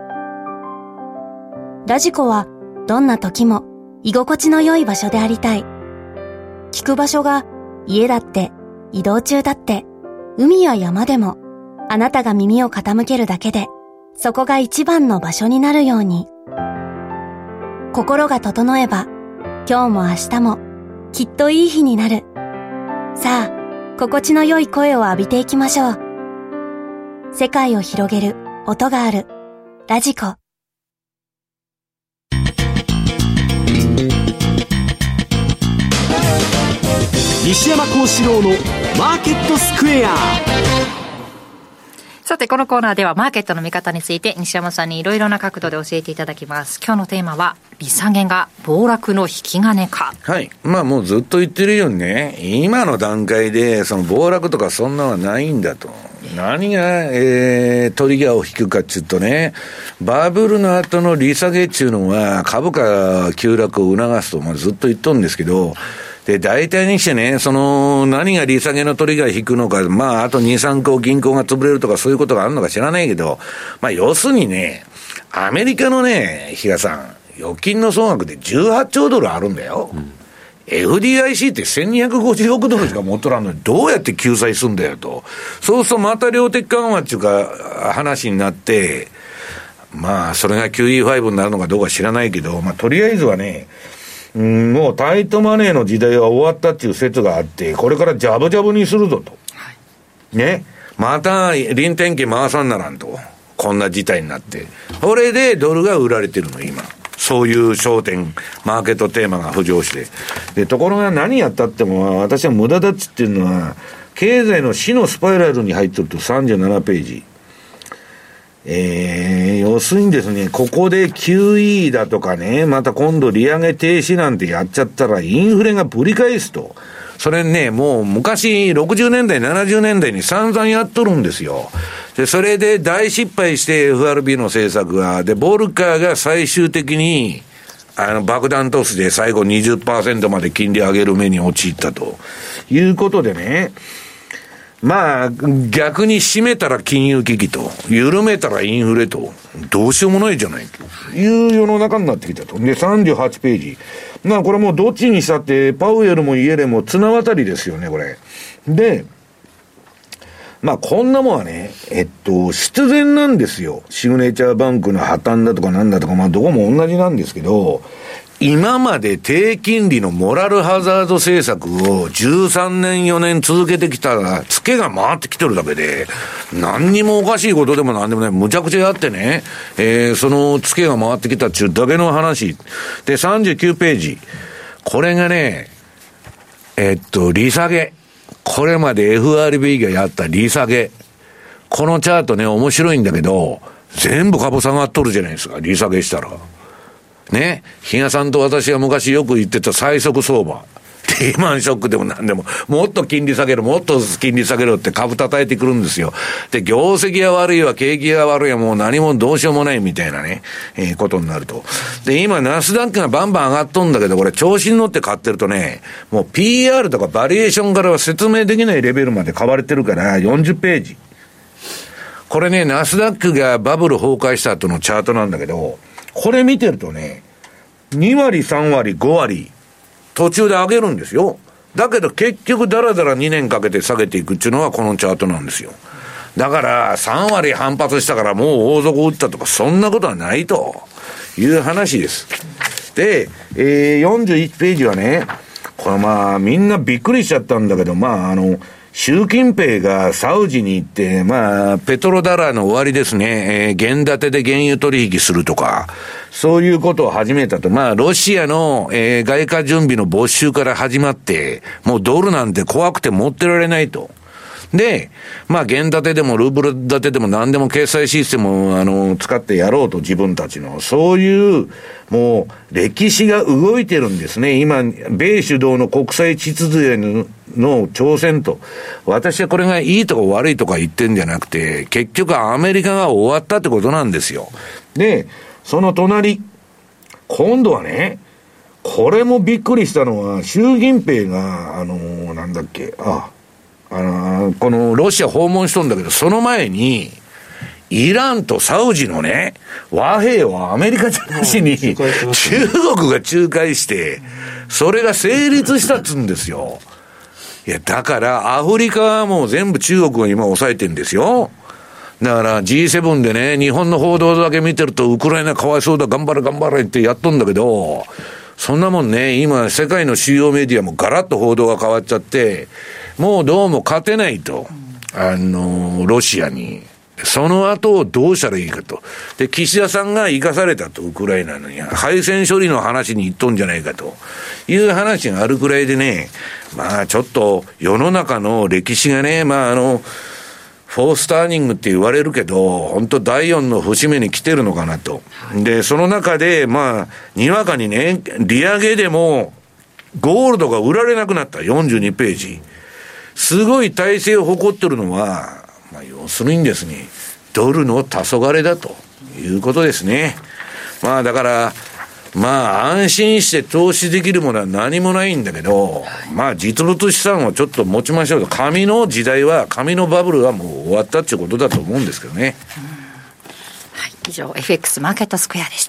ラジコはどんな時も居心地の良い場所でありたい。聞く場所が家だって移動中だって海や山でもあなたが耳を傾けるだけでそこが一番の場所になるように。心が整えば今日も明日もきっといい日になる。さあ、心地の良い声を浴びていきましょう。世界を広げる音があるラジコ。 西山幸四郎のマーケットスクエア。 さてこのコーナーではマーケットの見方について西山さんにいろいろな角度で教えていただきます。今日のテーマは利下げが暴落の引き金か。 はい。まあもうずっと言ってるようにね、今の段階でその暴落とかそんなのはないんだと。何が、トリガーを引くかっていうとね、バブルの後の利下げっていうのは株価急落を促すと、まあ、ずっと言っとるんですけど、で、大体にしてね、その、何が利下げのトリガー引くのか、まあ、あと2、3個銀行が潰れるとかそういうことがあるのか知らないけど、まあ、要するにね、アメリカのね、比嘉さん、預金の総額で18兆ドルあるんだよ。FDIC って1250億ドルしか持っとらんのに、どうやって救済すんだよと。そうするとまた量的緩和っていうか、話になって、まあ、それが QE5 になるのかどうか知らないけど、まあ、とりあえずはね、もうタイトマネーの時代は終わったっていう説があって、これからジャブジャブにするぞと。はい、ね。また、臨転機回さんならんと。こんな事態になって。これでドルが売られてるの、今。そういう焦点、マーケットテーマが浮上して。で、ところが何やったっても、私は無駄だっつってるのは、経済の死のスパイラルに入ってると37ページ。要するにですね、ここで QE だとかね、また今度利上げ停止なんてやっちゃったらインフレがぶり返すと。それね、もう昔60年代、70年代に散々やっとるんですよ。で、それで大失敗して FRB の政策が、で、ボルカーが最終的に、 爆弾トスで最後 20% まで金利上げる目に陥ったということでね、まあ、逆に締めたら金融危機と、緩めたらインフレと、どうしようもないじゃないという世の中になってきたと。で、38ページ。まあ、これもうどっちにしたって、パウエルもイエレンも綱渡りですよね、これ。で、まあ、こんなもんはね、必然なんですよ。シグネチャーバンクの破綻だとかなんだとか、まあ、どこも同じなんですけど、今まで低金利のモラルハザード政策を13年4年続けてきたら、ツケが回ってきてるだけで、何にもおかしいことでも何でもない、むちゃくちゃやってね、そのツケが回ってきたっていうだけの話。で、39ページ。これがね、利下げ。これまで FRB がやった利下げ。このチャートね、面白いんだけど、全部株下がっとるじゃないですか、利下げしたら。ね、比嘉さんと私が昔よく言ってた最速相場。リーマンショックでも何でも、もっと金利下げる、もっと金利下げるって株叩いてくるんですよ。で、業績が悪いわ、景気が悪いわ、もう何もどうしようもないみたいなね、ことになると。で、今、ナスダックがバンバン上がっとんだけど、これ調子に乗って買ってるとね、もう PR とかバリエーションからは説明できないレベルまで買われてるから、40ページ。これね、ナスダックがバブル崩壊した後のチャートなんだけど、これ見てるとね、2割、3割、5割、途中で上げるんですよ。だけど結局だらだら2年かけて下げていくっていうのがこのチャートなんですよ。だから3割反発したからもう大底打ったとかそんなことはないという話です。で、41ページはね、これまあみんなびっくりしちゃったんだけど、まあ習近平がサウジに行って、まあ、ペトロダラーの終わりですね、原建てで原油取引するとか、そういうことを始めたと。まあ、ロシアの、外貨準備の没収から始まって、もうドルなんて怖くて持ってられないと。で、まあ、原建てでもルーブル建てでも何でも決済システムを使ってやろうと自分たちの、そういう、もう、歴史が動いてるんですね。今、米主導の国際秩序への挑戦と。私はこれがいいとか悪いとか言ってんじゃなくて、結局アメリカが終わったってことなんですよ。で、その隣、今度はね、これもびっくりしたのは、習近平が、なんだっけ、このロシア訪問しとんだけど、その前に、イランとサウジのね、和平をアメリカじゃなしに、中国が仲介して、それが成立したっつうんですよ。いや、だから、アフリカはもう全部中国が今抑えてるんですよ。だから G7 でね、日本の報道だけ見てると、ウクライナかわいそうだ、頑張れ頑張れってやっとんだけど、そんなもんね、今世界の主要メディアもガラッと報道が変わっちゃって、もうどうも勝てないと。ロシアに。その後をどうしたらいいかと。で、岸田さんが生かされたと、ウクライナのに。敗戦処理の話に言っとんじゃないかという話があるくらいでね、まあちょっと世の中の歴史がね、まあフォースターニングって言われるけど、本当第4の節目に来てるのかなと。で、その中で、まあ、にわかにね、利上げでも、ゴールドが売られなくなった。42ページ。すごい体制を誇ってるのは、まあ、要するにですね、ドルの黄昏だということですね。まあ、だから、まあ、安心して投資できるものは何もないんだけど、まあ、実物資産をちょっと持ちましょうと。紙の時代は、紙のバブルはもう終わったっていうことだと思うんですけどね。 はい、以上、FX マーケットスクエアでした。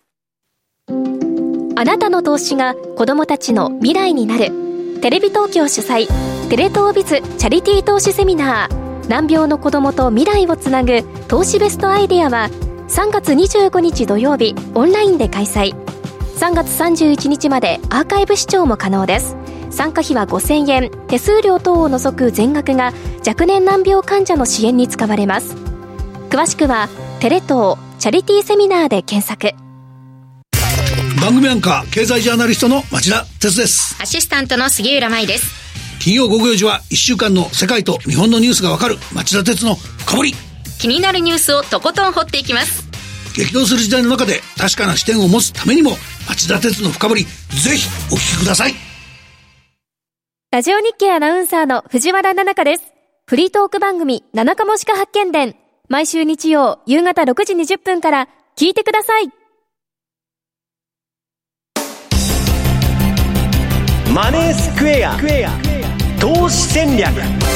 あなたの投資が子どもたちの未来になる。テレビ東京主催、テレ東ビズチャリティー投資セミナー、難病の子どもと未来をつなぐ投資ベストアイデアは、3月25日土曜日オンラインで開催。3月31日までアーカイブ視聴も可能です。参加費は5000円、手数料等を除く全額が若年難病患者の支援に使われます。詳しくはテレ東チャリティーセミナーで検索。 番組アンカー経済ジャーナリストの町田哲です。 アシスタントの杉浦舞です。 金曜午後4時は1週間の世界と日本のニュースがわかる町田哲の深掘り。 気になるニュースをとことん掘っていきます。 激動する時代の中で確かな視点を持つためにも、町田哲の深掘り、ぜひお聞きください。 ラジオ日経アナウンサーの藤原奈々香です。フリートーク番組七日もしか発見伝、毎週日曜夕方6時20分から聞いてください。 マネースクエア投資戦略。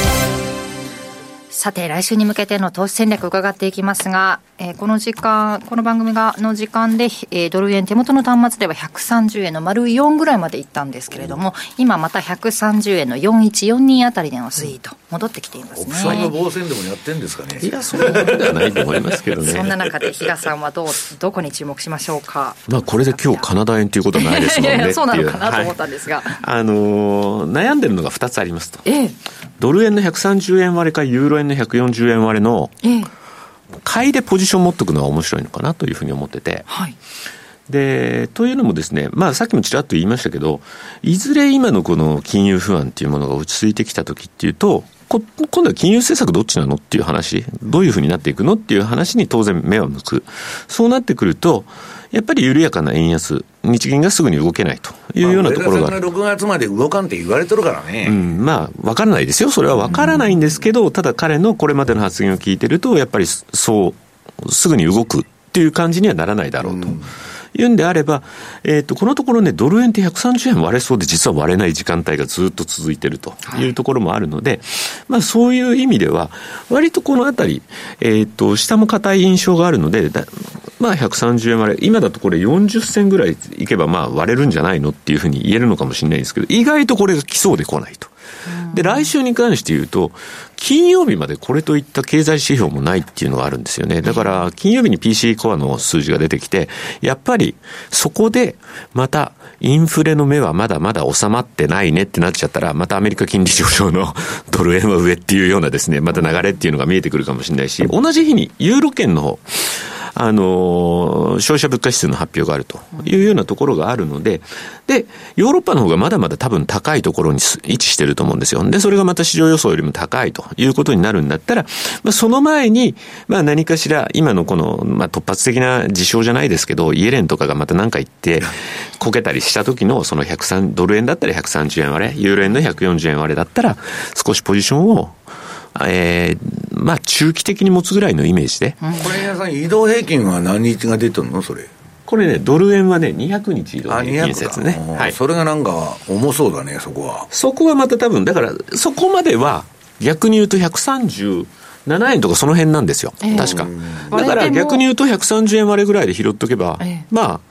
さて来週に向けての投資戦略を伺っていきますが、この時間、この番組の時間で、ドル円手元の端末では130円の丸4ぐらいまでいったんですけれども、今また130円の4142あたりでの推移と戻ってきていますね。 国債の防戦でもやってるんですかね。 いや、そんなことではないと思いますけどね。 そんな中で比嘉さんはどこに注目しましょうか。 まあ、これで今日カナダ円ということはないですもんね。 いやいや、そうなのかなと思ったんですが、 悩んでるのが2つありますと、ドル円の130円割れかユーロ円の140円割れの、買いでポジション持っておくのは面白いのかなというふうに思ってて、でというのもですね、まあ、さっきもちらっと言いましたけど、いずれ今のこの金融不安っていうものが落ち着いてきた時っていうと、今度は金融政策どっちなのっていう話、どういうふうになっていくのっていう話に当然目を向く。そうなってくるとやっぱり緩やかな円安、日銀がすぐに動けないというようなところが、 6月まで動かんって言われてるからね。 まあ分からないですよ、それは分からないんですけど、ただ彼のこれまでの発言を聞いてるとやっぱりそうすぐに動くっていう感じにはならないだろうというんであれば、このところね、ドル円って130円割れそうで実は割れない時間帯がずっと続いているというところもあるので、まあそういう意味では割とこのあたり、下も硬い印象があるので、まあ130円割れ、今だとこれ40銭ぐらいいけばまあ割れるんじゃないのっていうふうに言えるのかもしれないんですけど、意外とこれが来そうで来ないと。で来週に関して言うと、金曜日までこれといった経済指標もないっていうのがあるんですよね。だから金曜日に PCE コアの数字が出てきて、やっぱりそこでまたインフレの目はまだまだ収まってないねってなっちゃったら、またアメリカ金利上昇のドル円は上っていうようなですね、また流れっていうのが見えてくるかもしれないし、同じ日にユーロ圏の方、消費者物価指数の発表があるというようなところがあるので、でヨーロッパの方がまだまだ多分高いところに位置してると思うんですよ。でそれがまた市場予想よりも高いということになるんだったら、まあ、その前に、まあ、何かしら今のこの、まあ、突発的な事象じゃないですけど、イエレンとかがまた何か言ってこけたりした時のそのドル円だったら130円割れ、ユーロ円の140円割れだったら少しポジションをまあ中期的に持つぐらいのイメージで、 これ皆さん移動平均は何日が出てるの？それこれね、ドル円はね200日移動平均説ね、 はい、それがなんか重そうだね。そこはまた多分だからそこまでは逆に言うと137円とかその辺なんですよ、確か。だから逆に言うと130円割れぐらいで拾っとけば、まあ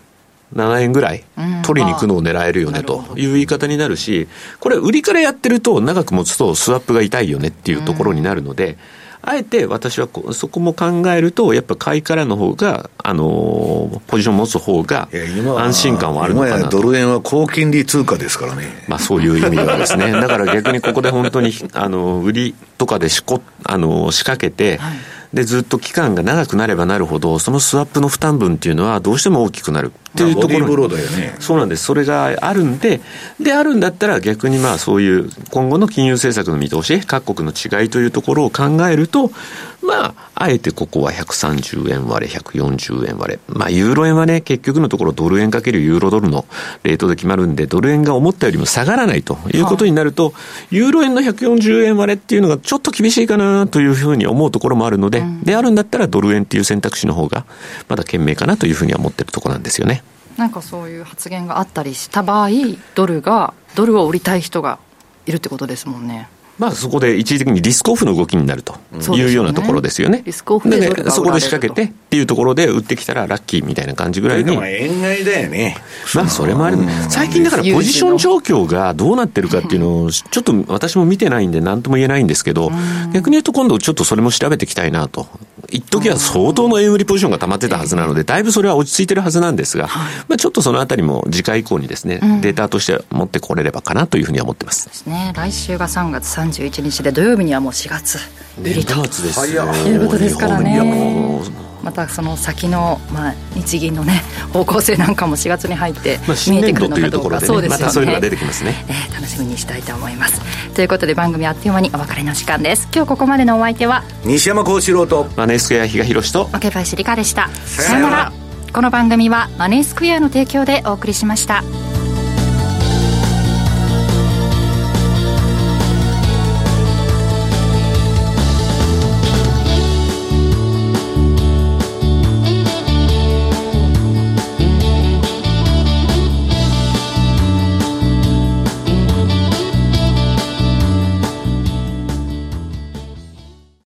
7円ぐらい取りに行くのを狙えるよねという言い方になるし、これ売りからやってると長く持つとスワップが痛いよねっていうところになるので、あえて私はそこも考えるとやっぱ買いからの方が、ポジション持つ方が安心感はあるのかなと。 今やドル円は高金利通貨ですからね。 まあそういう意味ではですねだから逆にここで本当に売りとかで仕掛けて、でずっと期間が長くなればなるほどそのスワップの負担分っていうのはどうしても大きくなるっていうところ、ボディーブローだよね。そうなんです。それがあるんであるんだったら逆にまあそういう今後の金融政策の見通し、各国の違いというところを考えると、まああえてここは130円割れ140円割れ、まあユーロ円はね結局のところドル円かけるユーロドルのレートで決まるんで、ドル円が思ったよりも下がらないということになると、ユーロ円の140円割れっていうのがちょっと厳しいかなというふうに思うところもあるので、であるんだったらドル円っていう選択肢の方がまだ賢明かなというふうには思ってるところなんですよね。 なんかそういう発言があったりした場合、ドルを売りたい人がいるってことですもんね。 まあそこで一時的にリスクオフの動きになるというようなところですよね。 リスクオフでドルが売られると、 そこで仕掛けてっていうところで売ってきたらラッキーみたいな感じぐらいに。 円買いだよね。 まあそれもある。最近だからポジション状況がどうなってるかっていうのをちょっと私も見てないんで何とも言えないんですけど、逆に言うと今度ちょっとそれも調べていきたいなと。一時は相当の円売りポジションが溜まってたはずなので、だいぶそれは落ち着いてるはずなんですが、まあちょっとそのあたりも次回以降にですね、データとして持ってこれればかなというふうには思ってます。 ですね。来週が3月31日で土曜日にはもう4月入りということですからね。またその先の、まあ、日銀のね方向性なんかも4月に入って見えてくるのかどうか、 そうですよね、またそういうのが出てきますね。 楽しみにしたいと思います。ということで番組あっという間にお別れの時間です。今日ここまでのお相手は西山幸四郎とマネースクエア比嘉宏と若林理香でした。さよなら。この番組はマネースクエアの提供でお送りしました。